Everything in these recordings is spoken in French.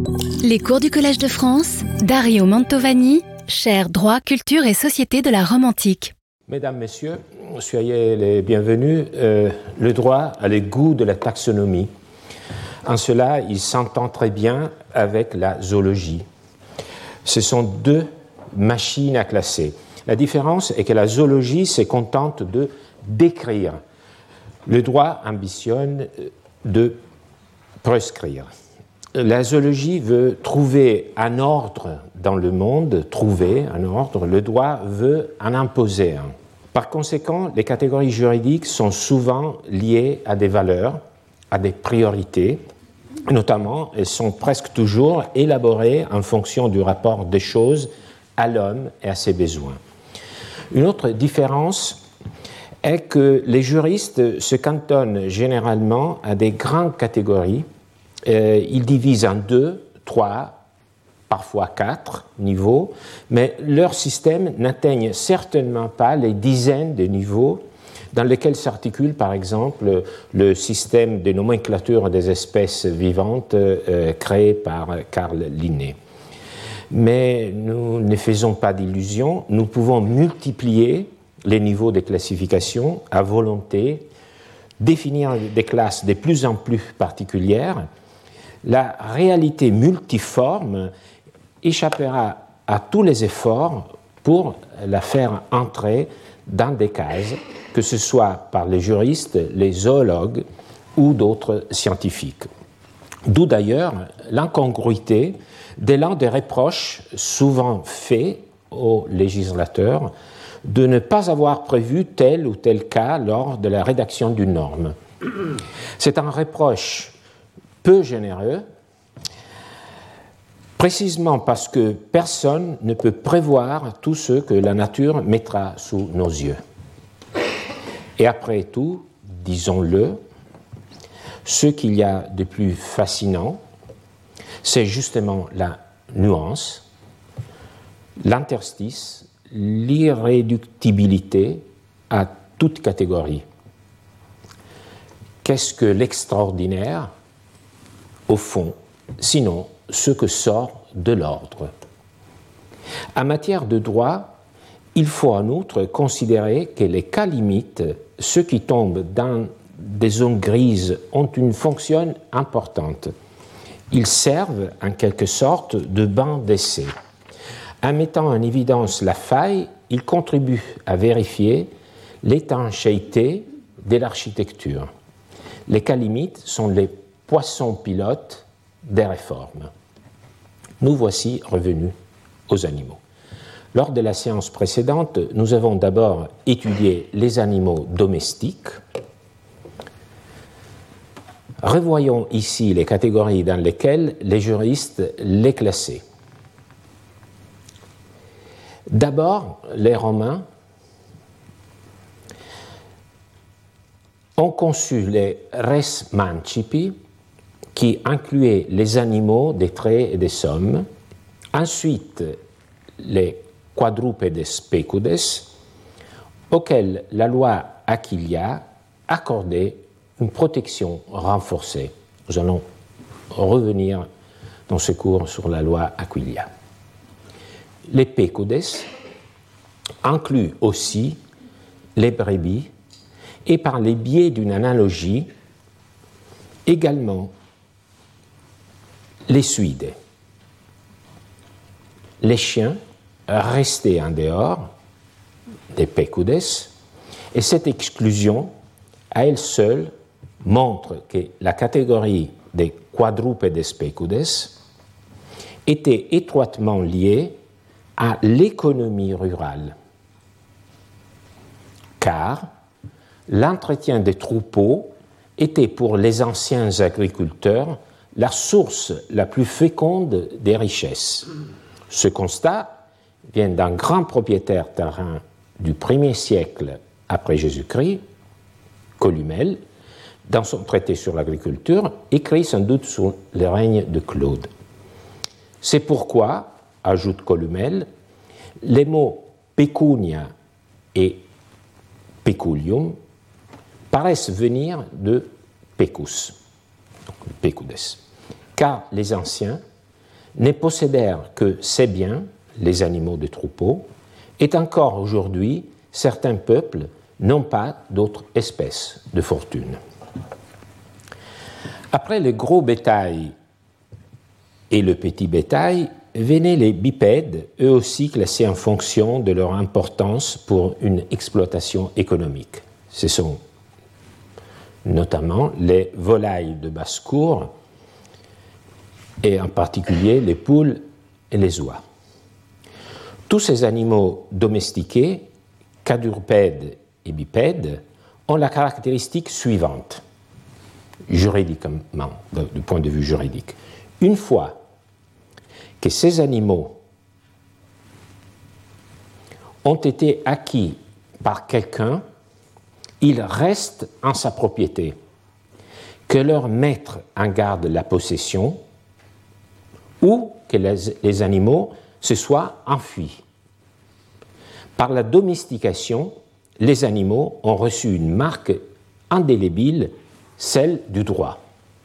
Les cours du Collège de France, Dario Mantovani, chaire Droit, Culture et Société de la Rome antique. Mesdames, Messieurs, soyez les bienvenus. Le droit a le goût de la taxonomie. En cela, il s'entend très bien avec la zoologie. Ce sont deux machines à classer. La différence est que la zoologie se contente de décrire. Le droit ambitionne de prescrire. La zoologie veut trouver un ordre dans le monde, trouver un ordre, le droit veut en imposer un. Par conséquent, les catégories juridiques sont souvent liées à des valeurs, à des priorités. Notamment, elles sont presque toujours élaborées en fonction du rapport des choses à l'homme et à ses besoins. Une autre différence est que les juristes se cantonnent généralement à des grandes catégories. Ils divisent en 2, 3, parfois 4 niveaux, mais leur système n'atteigne certainement pas les dizaines de niveaux dans lesquels s'articule par exemple le système de nomenclature des espèces vivantes créé par Carl Linné. Mais nous ne faisons pas d'illusions, nous pouvons multiplier les niveaux de classification à volonté, définir des classes de plus en plus particulières. La réalité multiforme échappera à tous les efforts pour la faire entrer dans des cases, que ce soit par les juristes, les zoologues ou d'autres scientifiques. D'où d'ailleurs l'incongruité de l'un des reproches souvent faits aux législateurs de ne pas avoir prévu tel ou tel cas lors de la rédaction d'une norme. C'est un reproche peu généreux, précisément parce que personne ne peut prévoir tout ce que la nature mettra sous nos yeux. Et après tout, disons-le, ce qu'il y a de plus fascinant, c'est justement la nuance, l'interstice, l'irréductibilité à toute catégorie. Qu'est-ce que l'extraordinaire, au fond, sinon ce que sort de l'ordre? En matière de droit, il faut en outre considérer que les cas limites, ceux qui tombent dans des zones grises, ont une fonction importante. Ils servent en quelque sorte de banc d'essai. En mettant en évidence la faille, ils contribuent à vérifier l'étanchéité de l'architecture. Les cas limites sont les poissons pilotes des réformes. Nous voici revenus aux animaux. Lors de la séance précédente, nous avons d'abord étudié les animaux domestiques. Revoyons ici les catégories dans lesquelles les juristes les classaient. D'abord, les Romains ont conçu les res mancipi, qui incluaient les animaux des traits et des sommes, ensuite les quadrupedes pecudes, auxquels la loi Aquilia accordait une protection renforcée. Nous allons revenir dans ce cours sur la loi Aquilia. Les pecudes incluent aussi les brebis et par les biais d'une analogie également les suides. Les chiens restaient en dehors des pecudes et cette exclusion à elle seule montre que la catégorie des quadrupedes pecudes était étroitement liée à l'économie rurale, car l'entretien des troupeaux était pour les anciens agriculteurs la source la plus féconde des richesses. Ce constat vient d'un grand propriétaire terrain du 1er siècle après Jésus-Christ, Columelle, dans son traité sur l'agriculture, écrit sans doute sous le règne de Claude. C'est pourquoi, ajoute Columelle, les mots pecunia et peculium paraissent venir de pecus, pecudes, car les anciens ne possédèrent que ces biens, les animaux de troupeau, et encore aujourd'hui, certains peuples n'ont pas d'autres espèces de fortune. Après le gros bétail et le petit bétail, venaient les bipèdes, eux aussi classés en fonction de leur importance pour une exploitation économique. Ce sont notamment les volailles de basse-cour et en particulier les poules et les oies. Tous ces animaux domestiqués, quadrupèdes et bipèdes, ont la caractéristique suivante, juridiquement, du point de vue juridique. Une fois que ces animaux ont été acquis par quelqu'un, ils restent en sa propriété, que leur maître en garde la possession ou que les animaux se soient enfuis. Par la domestication, les animaux ont reçu une marque indélébile, celle du droit.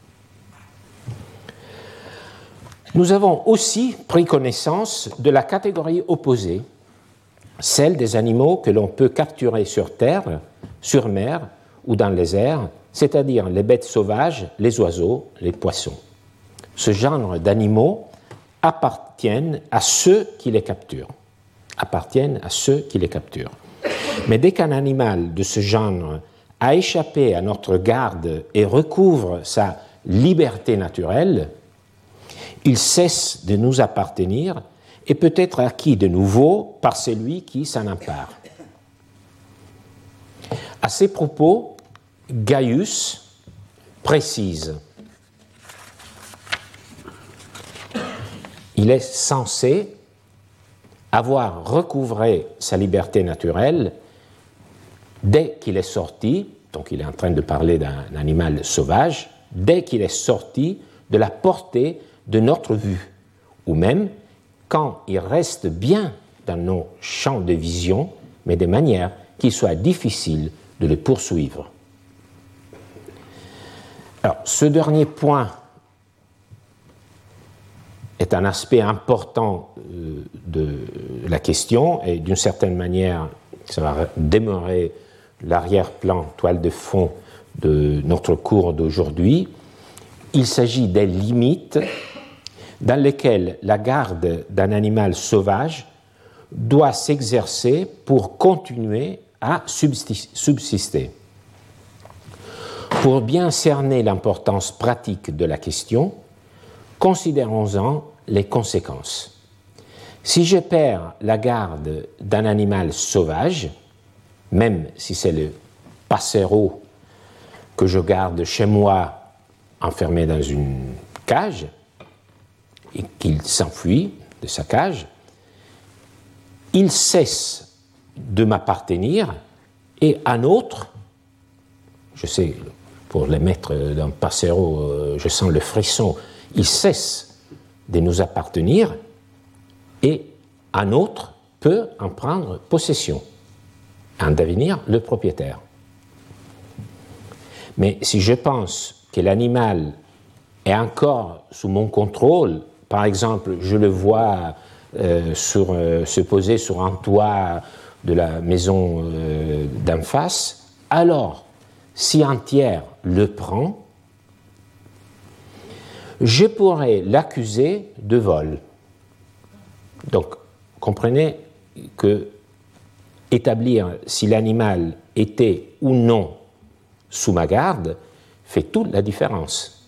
Nous avons aussi pris connaissance de la catégorie opposée, celle des animaux que l'on peut capturer sur terre, sur mer ou dans les airs, c'est-à-dire les bêtes sauvages, les oiseaux, les poissons. Ce genre d'animaux appartiennent à ceux qui les capturent. Mais dès qu'un animal de ce genre a échappé à notre garde et recouvre sa liberté naturelle, il cesse de nous appartenir et peut être acquis de nouveau par celui qui s'en empare. À ces propos, Gaius précise: il est censé avoir recouvré sa liberté naturelle dès qu'il est sorti, donc il est en train de parler d'un animal sauvage, dès qu'il est sorti de la portée de notre vue, ou même quand il reste bien dans nos champs de vision, mais de manière qu'il soit difficile de le poursuivre. Alors, ce dernier point est un aspect important de la question, et d'une certaine manière, ça va demeurer l'arrière-plan, toile de fond de notre cours d'aujourd'hui. Il s'agit des limites dans lesquelles la garde d'un animal sauvage doit s'exercer pour continuer à subsister. Pour bien cerner l'importance pratique de la question, considérons-en les conséquences. Si je perds la garde d'un animal sauvage, même si c'est le passereau que je garde chez moi enfermé dans une cage et qu'il s'enfuit de sa cage, il cesse de m'appartenir et un autre, je sais, pour les maîtres d'un passereau, je sens le frisson, il cesse de nous appartenir et un autre peut en prendre possession, en devenir le propriétaire. Mais si je pense que l'animal est encore sous mon contrôle, par exemple, je le vois se poser sur un toit de la maison d'en face, alors, si un tiers le prend, je pourrais l'accuser de vol. Donc, comprenez que établir si l'animal était ou non sous ma garde fait toute la différence.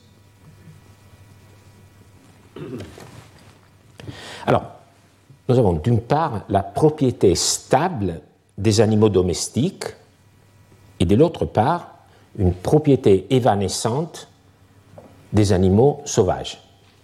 Alors, nous avons d'une part la propriété stable des animaux domestiques et de l'autre part une propriété évanescente des animaux sauvages.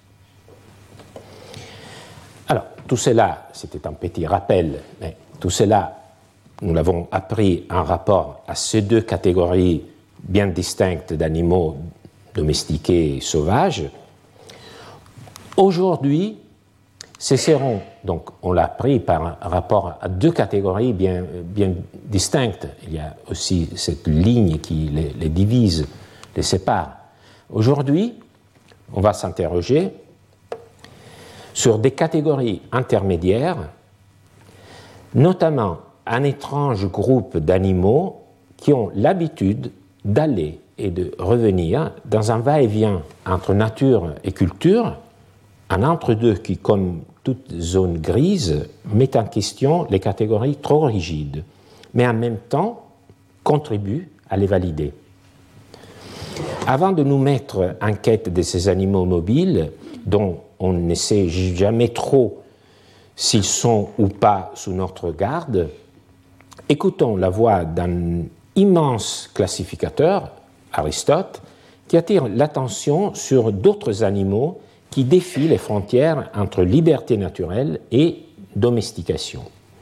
Alors, tout cela, c'était un petit rappel, mais tout cela, nous l'avons appris en rapport à ces deux catégories bien distinctes d'animaux domestiqués et sauvages. Aujourd'hui, ces seront, donc on l'a appris par rapport à deux catégories bien distinctes. Il y a aussi cette ligne qui les divise, les sépare. Aujourd'hui, on va s'interroger sur des catégories intermédiaires, notamment un étrange groupe d'animaux qui ont l'habitude d'aller et de revenir dans un va-et-vient entre nature et culture, un entre-deux qui, comme toute zone grise, met en question les catégories trop rigides, mais en même temps contribue à les valider. Avant de nous mettre en quête de ces animaux mobiles, dont on ne sait jamais trop s'ils sont ou pas sous notre garde, écoutons la voix d'un immense classificateur, Aristote, qui attire l'attention sur d'autres animaux qui défient les frontières entre liberté naturelle et domestication.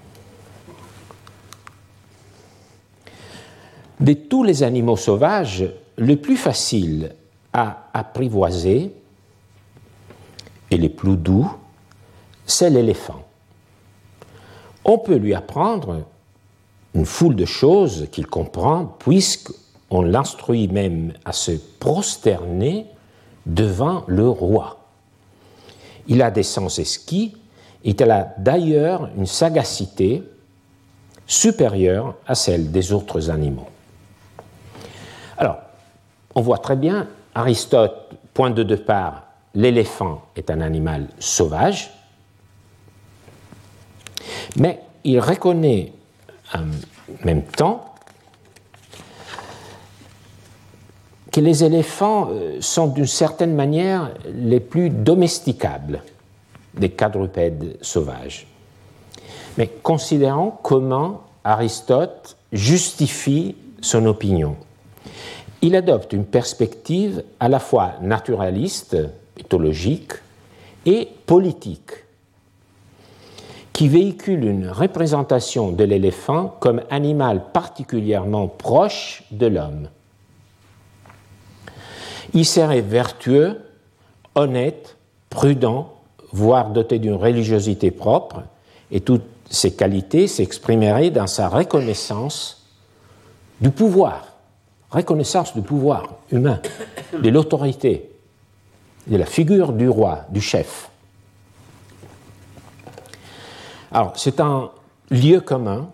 De tous les animaux sauvages, le plus facile à apprivoiser et le plus doux, c'est l'éléphant. On peut lui apprendre une foule de choses qu'il comprend, puisqu'on l'instruit même à se prosterner devant le roi. Il a des sens exquis et il a d'ailleurs une sagacité supérieure à celle des autres animaux. Alors, on voit très bien, Aristote, point de départ, l'éléphant est un animal sauvage, mais il reconnaît en même temps que les éléphants sont d'une certaine manière les plus domesticables des quadrupèdes sauvages. Mais considérons comment Aristote justifie son opinion. Il adopte une perspective à la fois naturaliste, mythologique et politique, qui véhicule une représentation de l'éléphant comme animal particulièrement proche de l'homme. Il serait vertueux, honnête, prudent, voire doté d'une religiosité propre, et toutes ces qualités s'exprimeraient dans sa reconnaissance du pouvoir humain, de l'autorité, de la figure du roi, du chef. Alors, c'est un lieu commun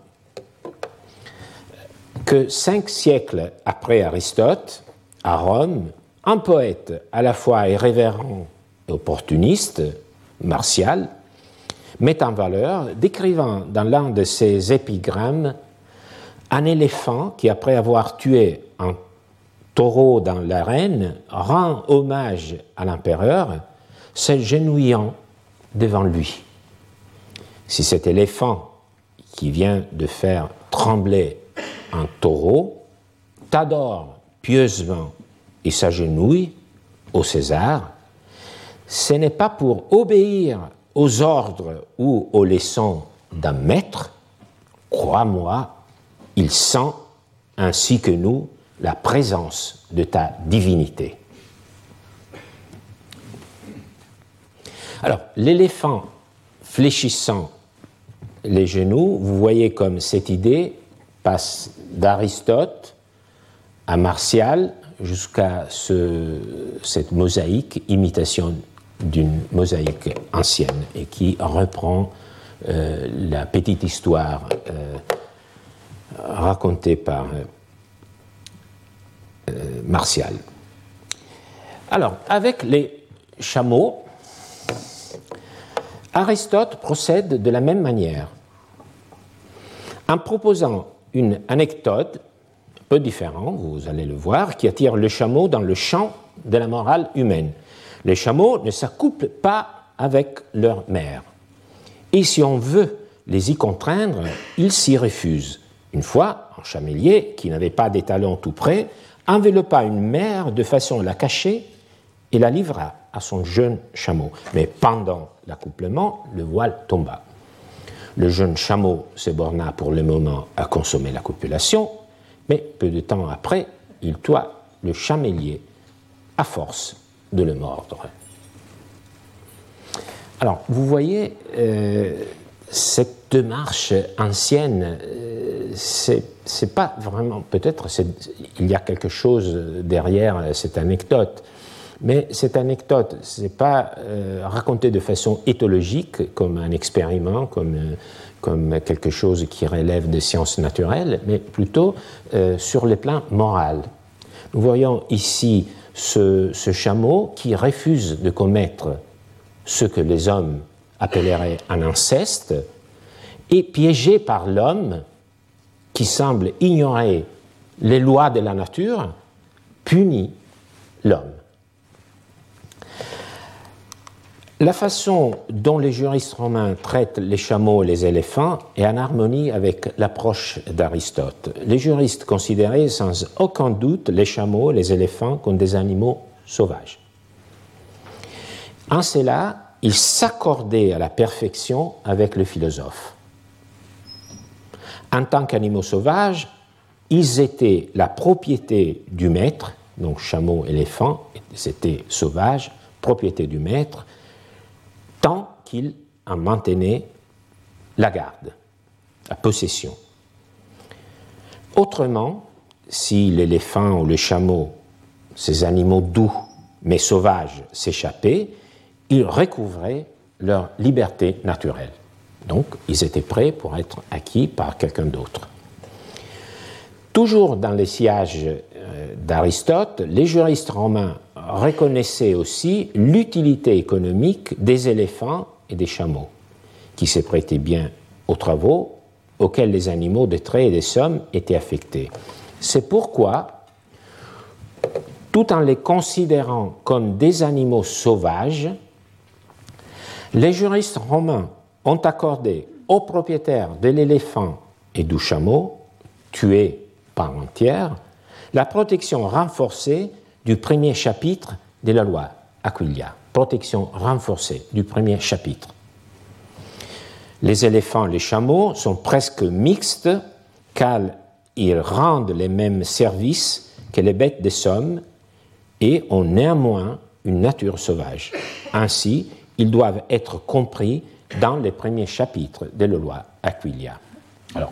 que 5 siècles après Aristote, à Rome, un poète à la fois irrévérent et opportuniste, Martial, met en valeur, décrivant dans l'un de ses épigrammes un éléphant qui, après avoir tué un taureau dans l'arène, rend hommage à l'empereur, s'agenouillant devant lui. Si cet éléphant qui vient de faire trembler un taureau t'adore pieusement et s'agenouille au César, ce n'est pas pour obéir aux ordres ou aux leçons d'un maître, crois-moi, il sent, ainsi que nous, la présence de ta divinité. Alors, l'éléphant fléchissant les genoux, vous voyez comme cette idée passe d'Aristote à Martial jusqu'à cette mosaïque, imitation d'une mosaïque ancienne, et qui reprend la petite histoire racontée par Martial. Alors, avec les chameaux, Aristote procède de la même manière, en proposant une anecdote un peu différente, vous allez le voir, qui attire le chameau dans le champ de la morale humaine. Les chameaux ne s'accouplent pas avec leur mère. Et si on veut les y contraindre, ils s'y refusent. Une fois, un chamelier, qui n'avait pas d'étalon tout près, enveloppa une mère de façon à la cacher et la livra à son jeune chameau. Mais pendant l'accouplement, le voile tomba. Le jeune chameau se borna pour le moment à consommer la copulation, mais peu de temps après, il tua le chamelier à force de le mordre. Alors, vous voyez, cette démarche ancienne, c'est pas vraiment, peut-être il y a quelque chose derrière cette anecdote, Mais cette anecdote, ce n'est pas racontée de façon éthologique, comme un expériment, comme quelque chose qui relève des sciences naturelles, mais plutôt sur le plan moral. Nous voyons ici ce chameau qui refuse de commettre ce que les hommes appelleraient un inceste, et piégé par l'homme qui semble ignorer les lois de la nature, punit l'homme. La façon dont les juristes romains traitent les chameaux et les éléphants est en harmonie avec l'approche d'Aristote. Les juristes considéraient sans aucun doute les chameaux et les éléphants comme des animaux sauvages. En cela, ils s'accordaient à la perfection avec le philosophe. En tant qu'animaux sauvages, ils étaient la propriété du maître, donc chameau, éléphant, c'était sauvage, propriété du maître, tant qu'il en maintenait la garde, la possession. Autrement, si l'éléphant ou le chameau, ces animaux doux mais sauvages, s'échappaient, ils recouvraient leur liberté naturelle. Donc, ils étaient prêts pour être acquis par quelqu'un d'autre. Toujours dans les sièges d'Aristote, les juristes romains reconnaissaient aussi l'utilité économique des éléphants et des chameaux, qui se prêtaient bien aux travaux auxquels les animaux de trait et de somme étaient affectés. C'est pourquoi, tout en les considérant comme des animaux sauvages, les juristes romains ont accordé aux propriétaires de l'éléphant et du chameau, tués par entière, la protection renforcée du premier chapitre de la loi Aquilia. Protection renforcée du premier chapitre. Les éléphants et les chameaux sont presque mixtes car ils rendent les mêmes services que les bêtes de somme et ont néanmoins une nature sauvage. Ainsi, ils doivent être compris dans les premiers chapitres de la loi Aquilia. Alors,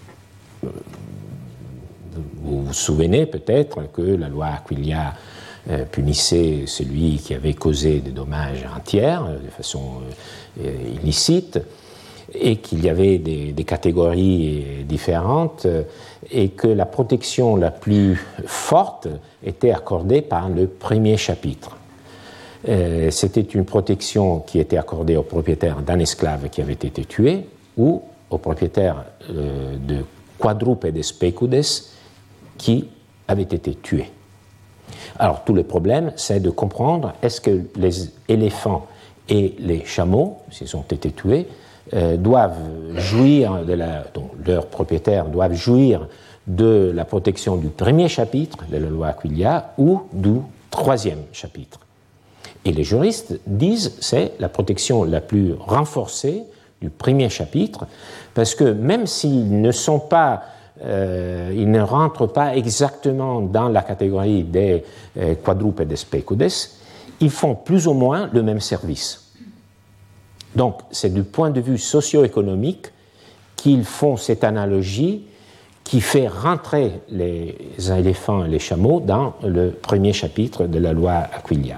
vous vous souvenez peut-être que la loi Aquilia punissait celui qui avait causé des dommages en tiers de façon illicite, et qu'il y avait des catégories différentes, et que la protection la plus forte était accordée par le premier chapitre. C'était une protection qui était accordée aux propriétaires d'un esclave qui avait été tué ou aux propriétaires de quadrupes specudes qui avaient été tués. Alors, tout le problème, c'est de comprendre est-ce que les éléphants et les chameaux, s'ils ont été tués, doivent jouir donc leurs propriétaires doivent jouir de la protection du premier chapitre de la loi Aquilia ou du troisième chapitre. Et les juristes disent que c'est la protection la plus renforcée du premier chapitre, parce que même s'ils ne sont pas, ils ne rentrent pas exactement dans la catégorie des quadrupes specudes, ils font plus ou moins le même service. Donc, c'est du point de vue socio-économique qu'ils font cette analogie qui fait rentrer les éléphants et les chameaux dans le premier chapitre de la loi Aquilia.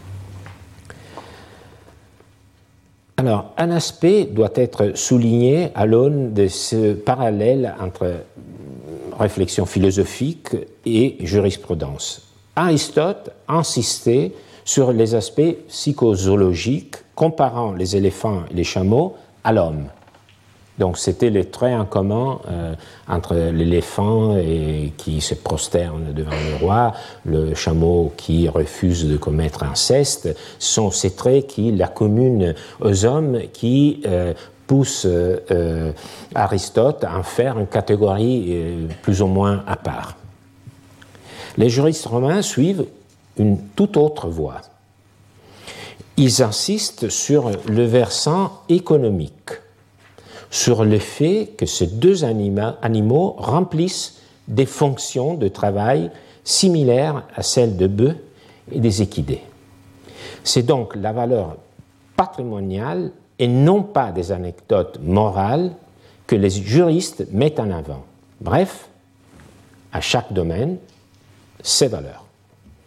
Alors, un aspect doit être souligné à l'aune de ce parallèle entre réflexion philosophique et jurisprudence. Aristote insistait sur les aspects psychozoologiques comparant les éléphants et les chameaux à l'homme. Donc c'était le trait en commun entre l'éléphant qui se prosterne devant le roi, le chameau qui refuse de commettre inceste, sont ces traits qui la communent aux hommes qui poussent Aristote à en faire une catégorie plus ou moins à part. Les juristes romains suivent une toute autre voie. Ils insistent sur le versant économique, sur le fait que ces deux animaux remplissent des fonctions de travail similaires à celles de bœufs et des équidés. C'est donc la valeur patrimoniale et non pas des anecdotes morales que les juristes mettent en avant. Bref, à chaque domaine, ses valeurs.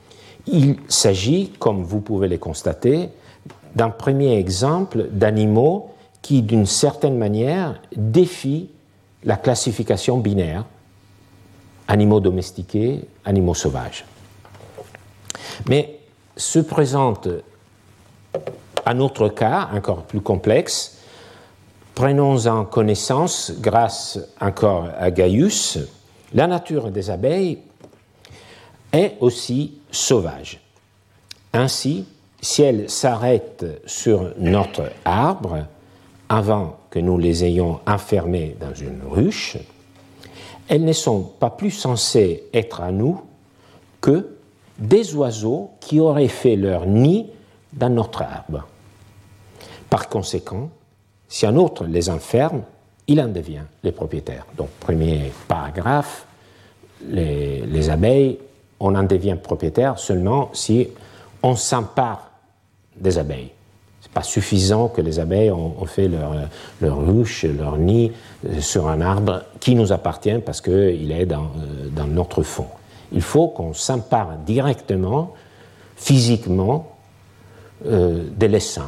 Il s'agit, comme vous pouvez le constater, d'un premier exemple d'animaux qui, d'une certaine manière, défient la classification binaire, animaux domestiqués, animaux sauvages. Mais se présente un autre cas, encore plus complexe. Prenons-en connaissance grâce encore à Gaius. La nature des abeilles est aussi sauvage. Ainsi, si elles s'arrêtent sur notre arbre avant que nous les ayons enfermées dans une ruche, elles ne sont pas plus censées être à nous que des oiseaux qui auraient fait leur nid dans notre arbre. Par conséquent, si un autre les enferme, il en devient le propriétaire. Donc, premier paragraphe, les abeilles, on en devient propriétaire seulement si on s'empare des abeilles. Ce n'est pas suffisant que les abeilles ont fait leur ruche, leur nid sur un arbre qui nous appartient parce qu'il est dans notre fond. Il faut qu'on s'empare directement, physiquement, de l'essaim.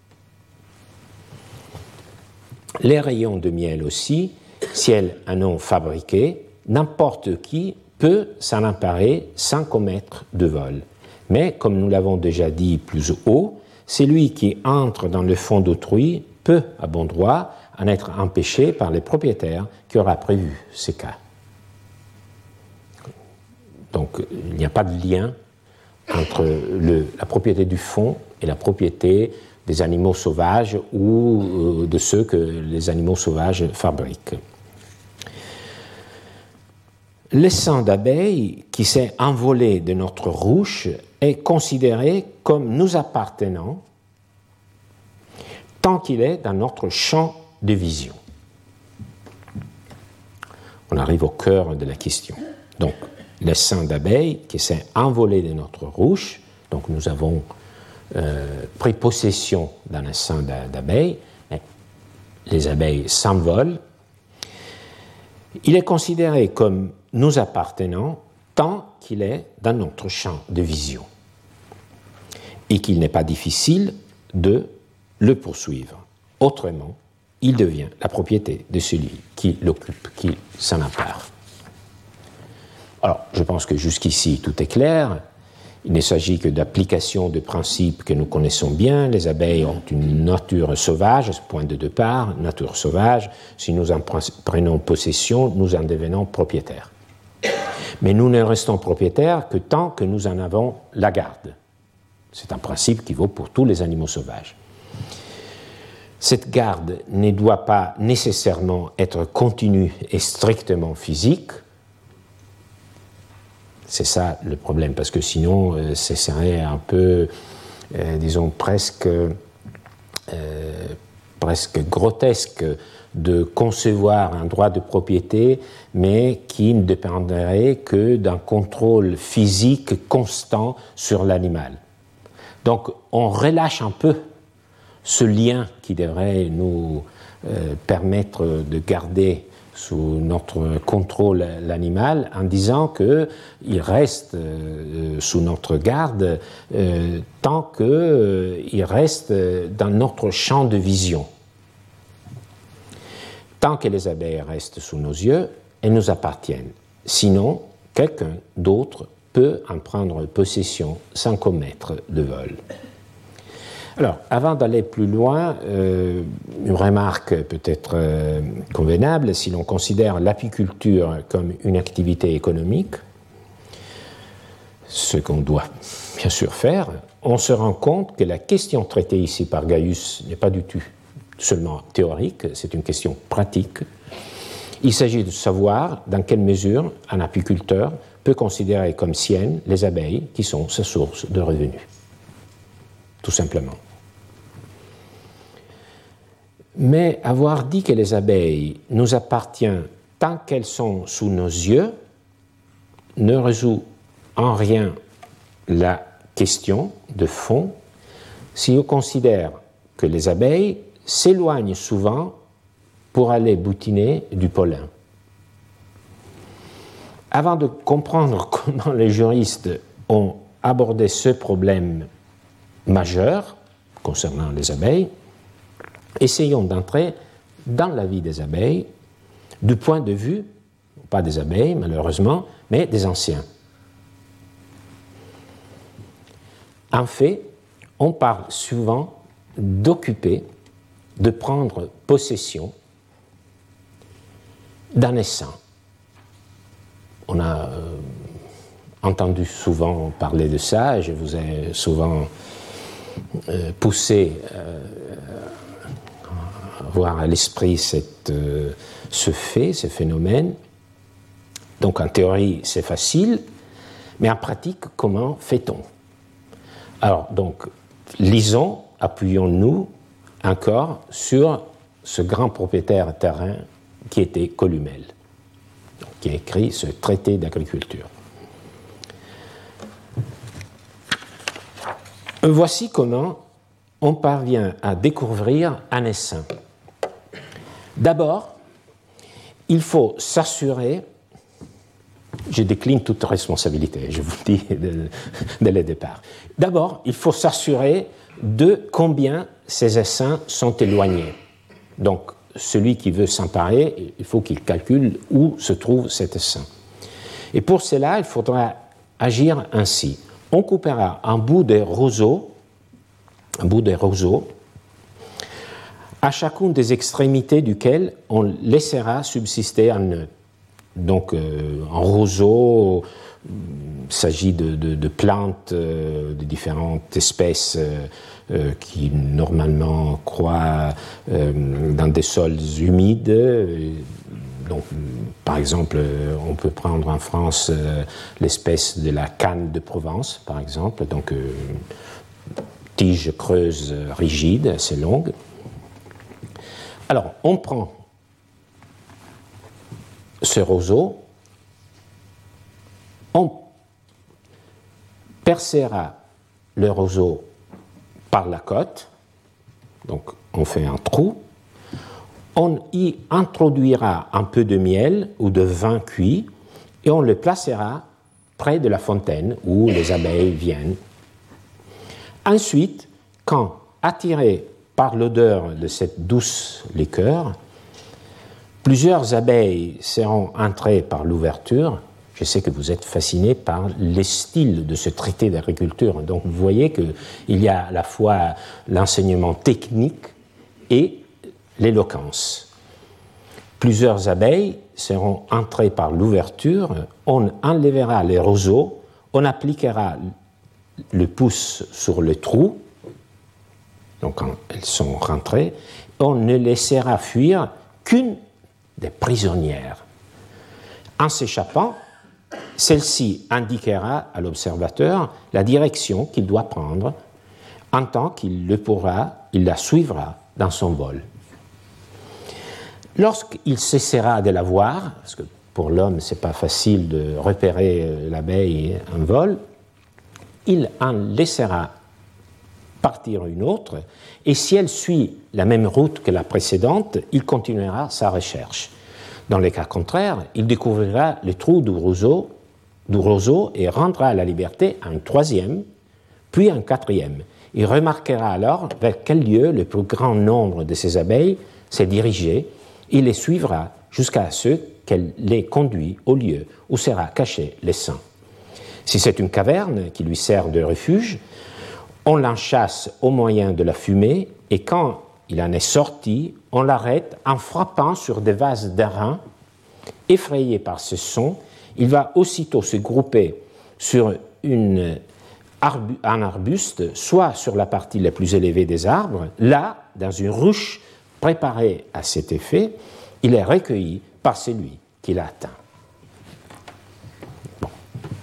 Les rayons de miel aussi, si elles en ont fabriqué, n'importe qui peut s'en emparer sans commettre de vol. Mais, comme nous l'avons déjà dit plus haut, celui qui entre dans le fond d'autrui peut, à bon droit, en être empêché par les propriétaires qui aura prévu ces cas. Donc, il n'y a pas de lien entre la propriété du fond et la propriété des animaux sauvages ou de ceux que les animaux sauvages fabriquent. L'essaim d'abeilles qui s'est envolé de notre ruche est considéré comme nous appartenant tant qu'il est dans notre champ de vision. On arrive au cœur de la question. Donc, l'essaim d'abeilles qui s'est envolé de notre ruche, donc nous avons pris possession d'un essaim d'abeilles, les abeilles s'envolent, il est considéré comme nous appartenant tant qu'il est dans notre champ de vision et qu'il n'est pas difficile de le poursuivre. Autrement, il devient la propriété de celui qui l'occupe, qui s'en empare. Alors, je pense que jusqu'ici, tout est clair. Il ne s'agit que d'application de principes que nous connaissons bien. Les abeilles ont une nature sauvage, point de départ, nature sauvage. Si nous en prenons possession, nous en devenons propriétaires. Mais nous ne restons propriétaires que tant que nous en avons la garde. C'est un principe qui vaut pour tous les animaux sauvages. Cette garde ne doit pas nécessairement être continue et strictement physique. C'est ça le problème, parce que sinon, ce serait un peu, disons, presque grotesque de concevoir un droit de propriété, mais qui ne dépendrait que d'un contrôle physique constant sur l'animal. Donc, on relâche un peu ce lien qui devrait nous permettre de garder sous notre contrôle l'animal en disant qu'il reste sous notre garde tant qu'il reste dans notre champ de vision. Tant que les abeilles restent sous nos yeux, elles nous appartiennent. Sinon, quelqu'un d'autre peut en prendre possession sans commettre de vol. Alors, avant d'aller plus loin, une remarque peut-être convenable, si l'on considère l'apiculture comme une activité économique, ce qu'on doit bien sûr faire, on se rend compte que la question traitée ici par Gaius n'est pas du tout seulement théorique, c'est une question pratique. Il s'agit de savoir dans quelle mesure un apiculteur peut considérer comme siennes les abeilles qui sont sa source de revenus. Tout simplement. Mais avoir dit que les abeilles nous appartiennent tant qu'elles sont sous nos yeux ne résout en rien la question de fond si on considère que les abeilles s'éloignent souvent pour aller boutiner du pollen. Avant de comprendre comment les juristes ont aborder ce problème majeur concernant les abeilles, essayons d'entrer dans la vie des abeilles du point de vue, pas des abeilles malheureusement, mais des anciens. En fait, on parle souvent d'occuper, de prendre possession d'un essaim. On a entendu souvent parler de ça, et je vous ai souvent poussé à avoir à l'esprit ce fait, ce phénomène. Donc en théorie, c'est facile, mais en pratique, comment fait-on? Alors, donc, lisons, appuyons-nous encore sur ce grand propriétaire terrain qui était Columelle, qui a écrit ce traité d'agriculture. Voici comment on parvient à découvrir un essaim. D'abord, il faut s'assurer, je décline toute responsabilité, je vous le dis dès le départ. D'abord, il faut s'assurer de combien ces essaims sont éloignés. Donc, celui qui veut s'emparer, il faut qu'il calcule où se trouve cet essaim. Et pour cela, il faudra agir ainsi. On coupera un bout des roseaux, à chacune des extrémités duquel on laissera subsister un nœud. Donc, en roseau, il s'agit de plantes de différentes espèces qui normalement croient dans des sols humides. Donc, par exemple, on peut prendre en France l'espèce de la canne de Provence, par exemple, donc tige creuse rigide, assez longue. Alors, on prend ce roseau, on percera le roseau par la côte, donc on fait un trou, on y introduira un peu de miel ou de vin cuit et on le placera près de la fontaine où les abeilles viennent. Ensuite, quand attirées par l'odeur de cette douce liqueur, plusieurs abeilles seront entrées par l'ouverture. Je sais que vous êtes fascinés par les styles de ce traité d'agriculture. Donc vous voyez qu'il y a à la fois l'enseignement technique et l'éloquence. Plusieurs abeilles seront entrées par l'ouverture, on enlèvera les roseaux, on appliquera le pouce sur le trou, donc quand elles sont rentrées, on ne laissera fuir qu'une des prisonnières. En s'échappant, celle-ci indiquera à l'observateur la direction qu'il doit prendre. En tant qu'il le pourra, il la suivra dans son vol. Lorsqu'il cessera de la voir, parce que pour l'homme, ce n'est pas facile de repérer l'abeille en vol, il en laissera partir une autre, et si elle suit la même route que la précédente, il continuera sa recherche. Dans le cas contraire, il découvrira le trou du roseau et rendra la liberté à un troisième, puis un quatrième. Il remarquera alors vers quel lieu le plus grand nombre de ces abeilles s'est dirigé. Il les suivra jusqu'à ce qu'elle les conduit au lieu où sera caché l'essaim. Si c'est une caverne qui lui sert de refuge, on l'enchasse au moyen de la fumée et quand il en est sorti, on l'arrête en frappant sur des vases d'airain. Effrayé par ce son, il va aussitôt se grouper sur un arbuste, soit sur la partie la plus élevée des arbres. Là, dans une ruche préparée à cet effet, il est recueilli par celui qui l'a atteint. Bon.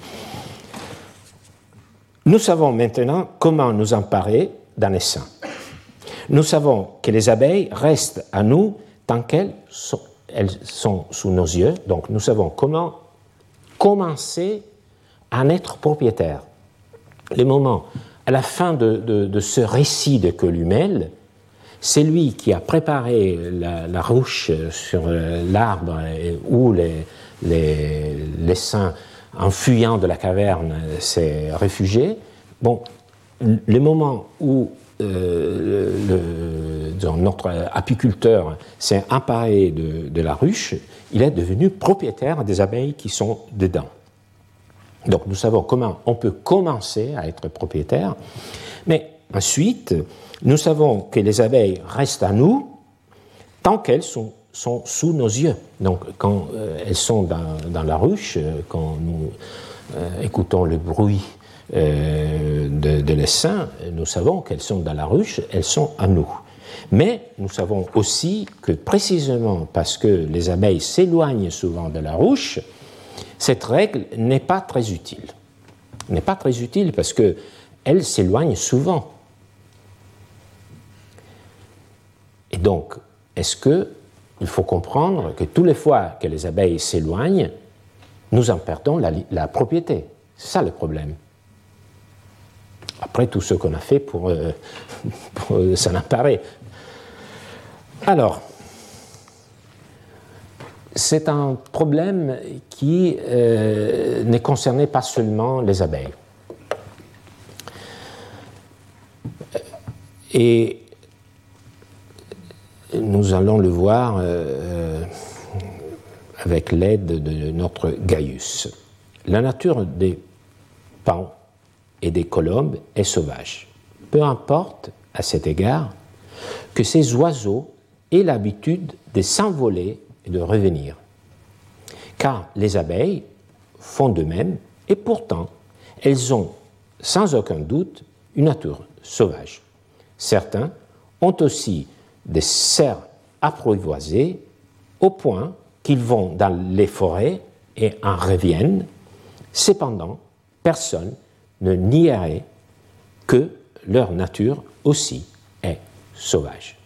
Nous savons maintenant comment nous emparer d'un essaim. Nous savons que les abeilles restent à nous tant qu'elles sont sous nos yeux, donc nous savons comment commencer à en être propriétaire. Le moment, à la fin de ce récit de Columelle, c'est lui qui a préparé la ruche sur l'arbre où l'essaim en fuyant de la caverne, s'est réfugié. Bon, le moment où notre apiculteur s'est emparé de la ruche, il est devenu propriétaire des abeilles qui sont dedans. Donc nous savons comment on peut commencer à être propriétaire, mais ensuite, nous savons que les abeilles restent à nous tant qu'elles sont sous nos yeux. Donc quand elles sont dans la ruche, quand nous écoutons le bruit de l'essaim, nous savons qu'elles sont dans la ruche, elles sont à nous. Mais nous savons aussi que précisément parce que les abeilles s'éloignent souvent de la ruche, cette règle n'est pas très utile. N'est pas très utile parce qu'elles s'éloignent souvent. Et donc, est-ce qu'il faut comprendre que toutes les fois que les abeilles s'éloignent, nous en perdons la propriété? C'est ça le problème. Après tout ce qu'on a fait pour s'en emparer. Alors, c'est un problème qui ne concernait pas seulement les abeilles. Et nous allons le voir avec l'aide de notre Gaius. La nature des paons et des colombes est sauvage. Peu importe, à cet égard, que ces oiseaux aient l'habitude de s'envoler et de revenir. Car les abeilles font de même, et pourtant, elles ont, sans aucun doute, une nature sauvage. Certains ont aussi des serres apprivoisées au point qu'ils vont dans les forêts et en reviennent. Cependant, personne ne nierait que leur nature aussi est sauvage.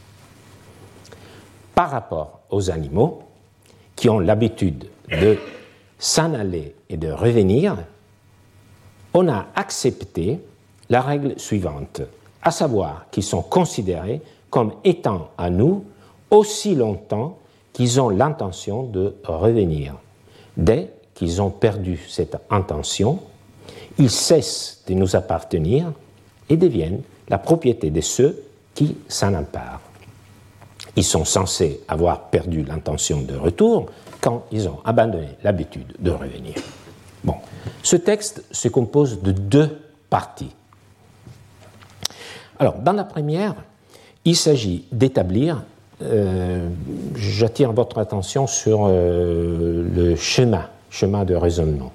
Par rapport aux animaux qui ont l'habitude de s'en aller et de revenir, on a accepté la règle suivante, à savoir qu'ils sont considérés comme étant à nous aussi longtemps qu'ils ont l'intention de revenir. Dès qu'ils ont perdu cette intention, ils cessent de nous appartenir et deviennent la propriété de ceux qui s'en emparent. Ils sont censés avoir perdu l'intention de retour quand ils ont abandonné l'habitude de revenir. Bon, ce texte se compose de deux parties. Alors, dans la première, il s'agit d'établir, j'attire votre attention sur le schéma de raisonnement.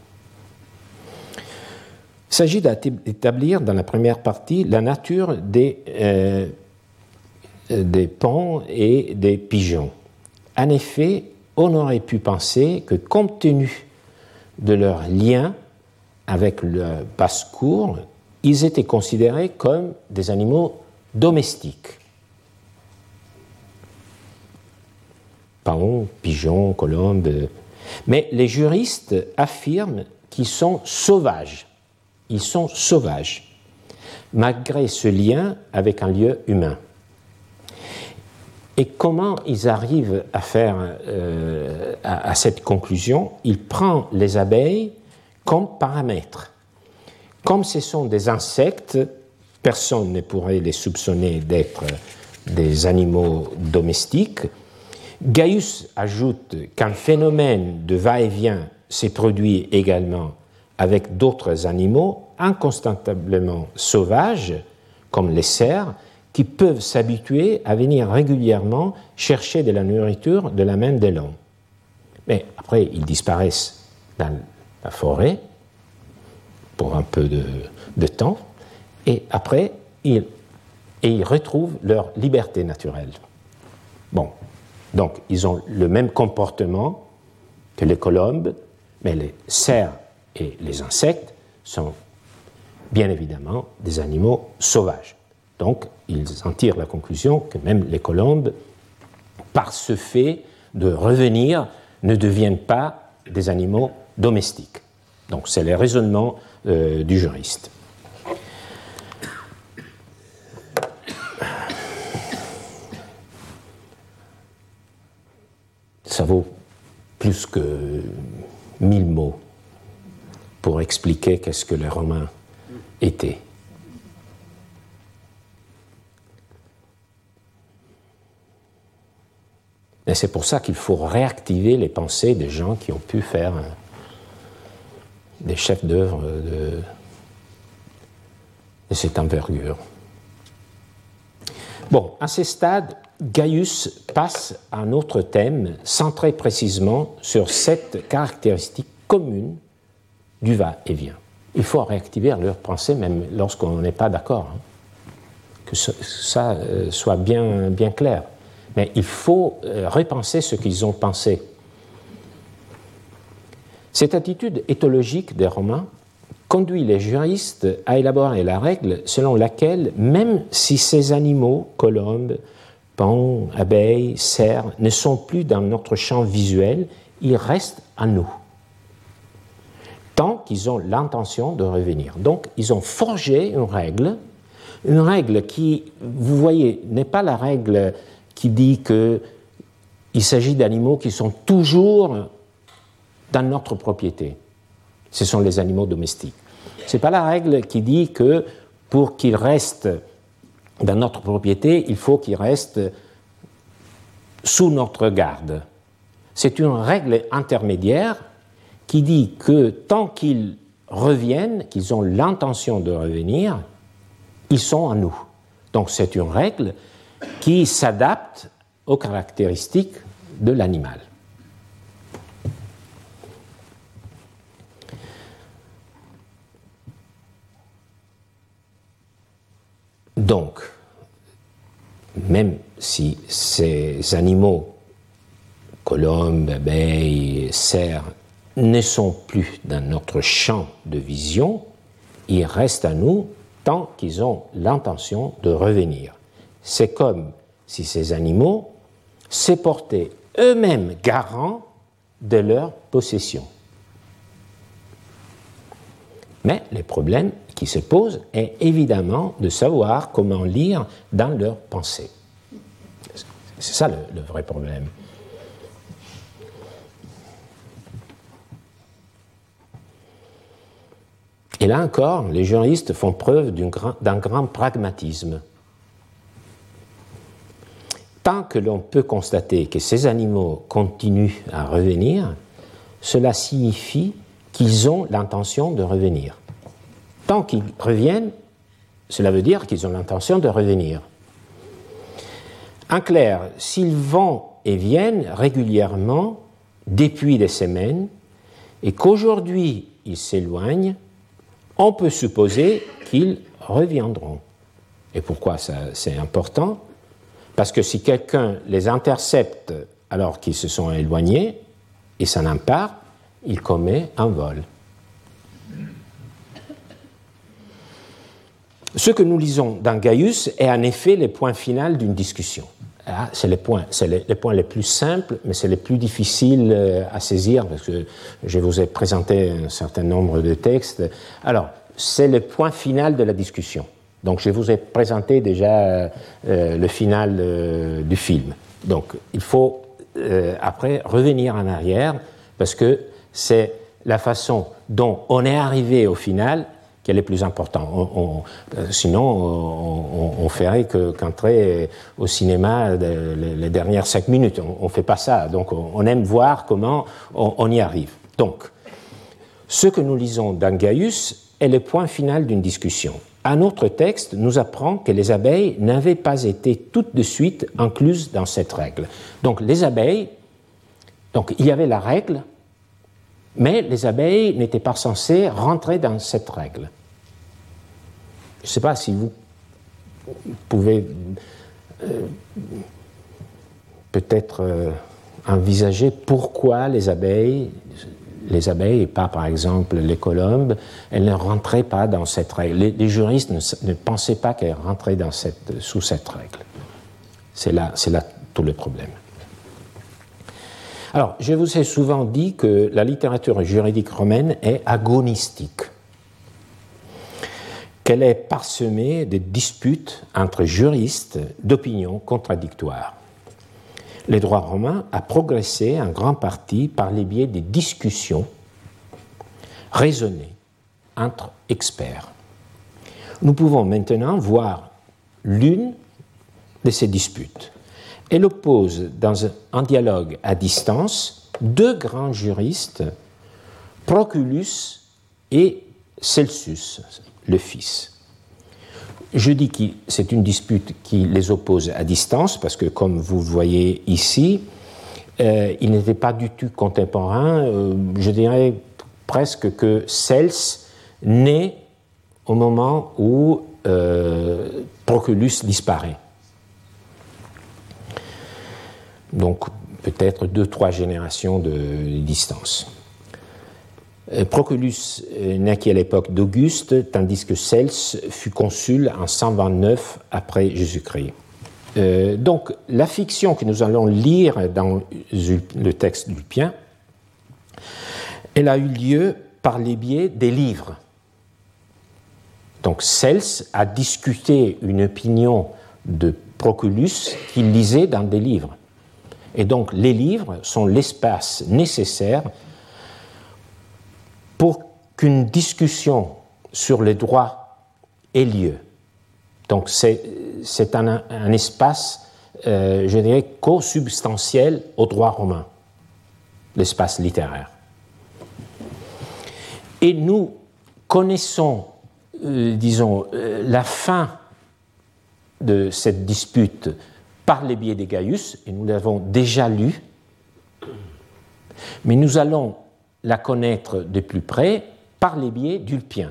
Il s'agit d'établir dans la première partie la nature des paons et des pigeons. En effet, on aurait pu penser que compte tenu de leur lien avec le basse-cour, ils étaient considérés comme des animaux domestiques. Paons, pigeons, colombes. Mais les juristes affirment qu'ils sont sauvages. Ils sont sauvages, malgré ce lien avec un lieu humain. Et comment ils arrivent à faire à cette conclusion? Ils prennent les abeilles comme paramètre. Comme ce sont des insectes, personne ne pourrait les soupçonner d'être des animaux domestiques. Gaius ajoute qu'un phénomène de va-et-vient s'est produit également avec d'autres animaux incontestablement sauvages, comme les cerfs, qui peuvent s'habituer à venir régulièrement chercher de la nourriture de la main de l'homme. Mais après, ils disparaissent dans la forêt pour un peu de temps, et après, ils retrouvent leur liberté naturelle. Bon, donc ils ont le même comportement que les colombes, mais les cerfs et les insectes sont bien évidemment des animaux sauvages. Donc, ils en tirent la conclusion que même les colombes, par ce fait de revenir, ne deviennent pas des animaux domestiques. Donc, c'est le raisonnement du juriste. Ça vaut plus que 1000 mots. pour expliquer qu'est-ce que les Romains étaient. Et c'est pour ça qu'il faut réactiver les pensées des gens qui ont pu faire des chefs d'œuvre de cette envergure. Bon, à ce stade, Gaius passe à un autre thème centré précisément sur cette caractéristique commune du va-et-vient. Il faut réactiver leur pensée même lorsqu'on n'est pas d'accord, hein, que ça soit bien clair. Mais il faut repenser ce qu'ils ont pensé. Cette attitude éthologique des Romains conduit les juristes à élaborer la règle selon laquelle, même si ces animaux, colombes, paons, abeilles, cerfs, ne sont plus dans notre champ visuel, ils restent à nous, tant qu'ils ont l'intention de revenir. Donc, ils ont forgé une règle qui, vous voyez, n'est pas la règle qui dit qu'il s'agit d'animaux qui sont toujours dans notre propriété. Ce sont les animaux domestiques. Ce n'est pas la règle qui dit que pour qu'ils restent dans notre propriété, il faut qu'ils restent sous notre garde. C'est une règle intermédiaire qui dit que tant qu'ils reviennent, qu'ils ont l'intention de revenir, ils sont à nous. Donc c'est une règle qui s'adapte aux caractéristiques de l'animal. Donc, même si ces animaux, colombes, abeilles, cerfs, ne sont plus dans notre champ de vision, ils restent à nous tant qu'ils ont l'intention de revenir. C'est comme si ces animaux se portaient eux-mêmes garants de leur possession. Mais le problème qui se pose est évidemment de savoir comment lire dans leurs pensées. C'est ça le vrai problème. Et là encore, les juristes font preuve d'un grand pragmatisme. Tant que l'on peut constater que ces animaux continuent à revenir, cela signifie qu'ils ont l'intention de revenir. Tant qu'ils reviennent, cela veut dire qu'ils ont l'intention de revenir. En clair, s'ils vont et viennent régulièrement depuis des semaines et qu'aujourd'hui ils s'éloignent, on peut supposer qu'ils reviendront. Et pourquoi c'est important ? Parce que si quelqu'un les intercepte alors qu'ils se sont éloignés et s'en empare, il commet un vol. Ce que nous lisons dans Gaius est en effet le point final d'une discussion. C'est les points les plus simples, mais c'est les plus difficiles à saisir, parce que je vous ai présenté un certain nombre de textes. Alors, c'est le point final de la discussion. Donc, je vous ai présenté déjà le final du film. Donc, il faut après revenir en arrière, parce que c'est la façon dont on est arrivé au final qui est le plus important. Sinon, on ferait qu'entrer au cinéma les dernières 5 minutes. On ne fait pas ça. Donc, on aime voir comment on y arrive. Donc, ce que nous lisons dans Gaius est le point final d'une discussion. Un autre texte nous apprend que les abeilles n'avaient pas été toutes de suite incluses dans cette règle. Donc, les abeilles, donc il y avait la règle, mais les abeilles n'étaient pas censées rentrer dans cette règle. Je ne sais pas si vous pouvez peut-être envisager pourquoi les abeilles et pas par exemple les colombes, elles ne rentraient pas dans cette règle. Les juristes ne pensaient pas qu'elles rentraient sous cette règle. C'est là tout le problème. Alors, je vous ai souvent dit que la littérature juridique romaine est agonistique, qu'elle est parsemée de disputes entre juristes d'opinions contradictoires. Le droit romain a progressé en grande partie par les biais des discussions raisonnées entre experts. Nous pouvons maintenant voir l'une de ces disputes. Elle oppose dans un dialogue à distance deux grands juristes, Proculus et Celsus, le fils. Je dis que c'est une dispute qui les oppose à distance parce que, comme vous voyez ici, ils n'étaient pas du tout contemporains. Je dirais presque que Cels naît au moment où Proculus disparaît. Donc peut-être 2-3 générations de distance. Proculus naquit à l'époque d'Auguste, tandis que Cels fut consul en 129 après Jésus-Christ. Donc la fiction que nous allons lire dans le texte d'Ulpien, elle a eu lieu par les biais des livres. Donc Cels a discuté une opinion de Proculus qu'il lisait dans des livres. Et donc les livres sont l'espace nécessaire pour qu'une discussion sur les droits ait lieu. Donc c'est un espace, je dirais, co-substantiel au droit romain, l'espace littéraire. Et nous connaissons, la fin de cette dispute par les biais des Gaius, et nous l'avons déjà lu, mais nous allons la connaître de plus près par les biais d'Ulpien.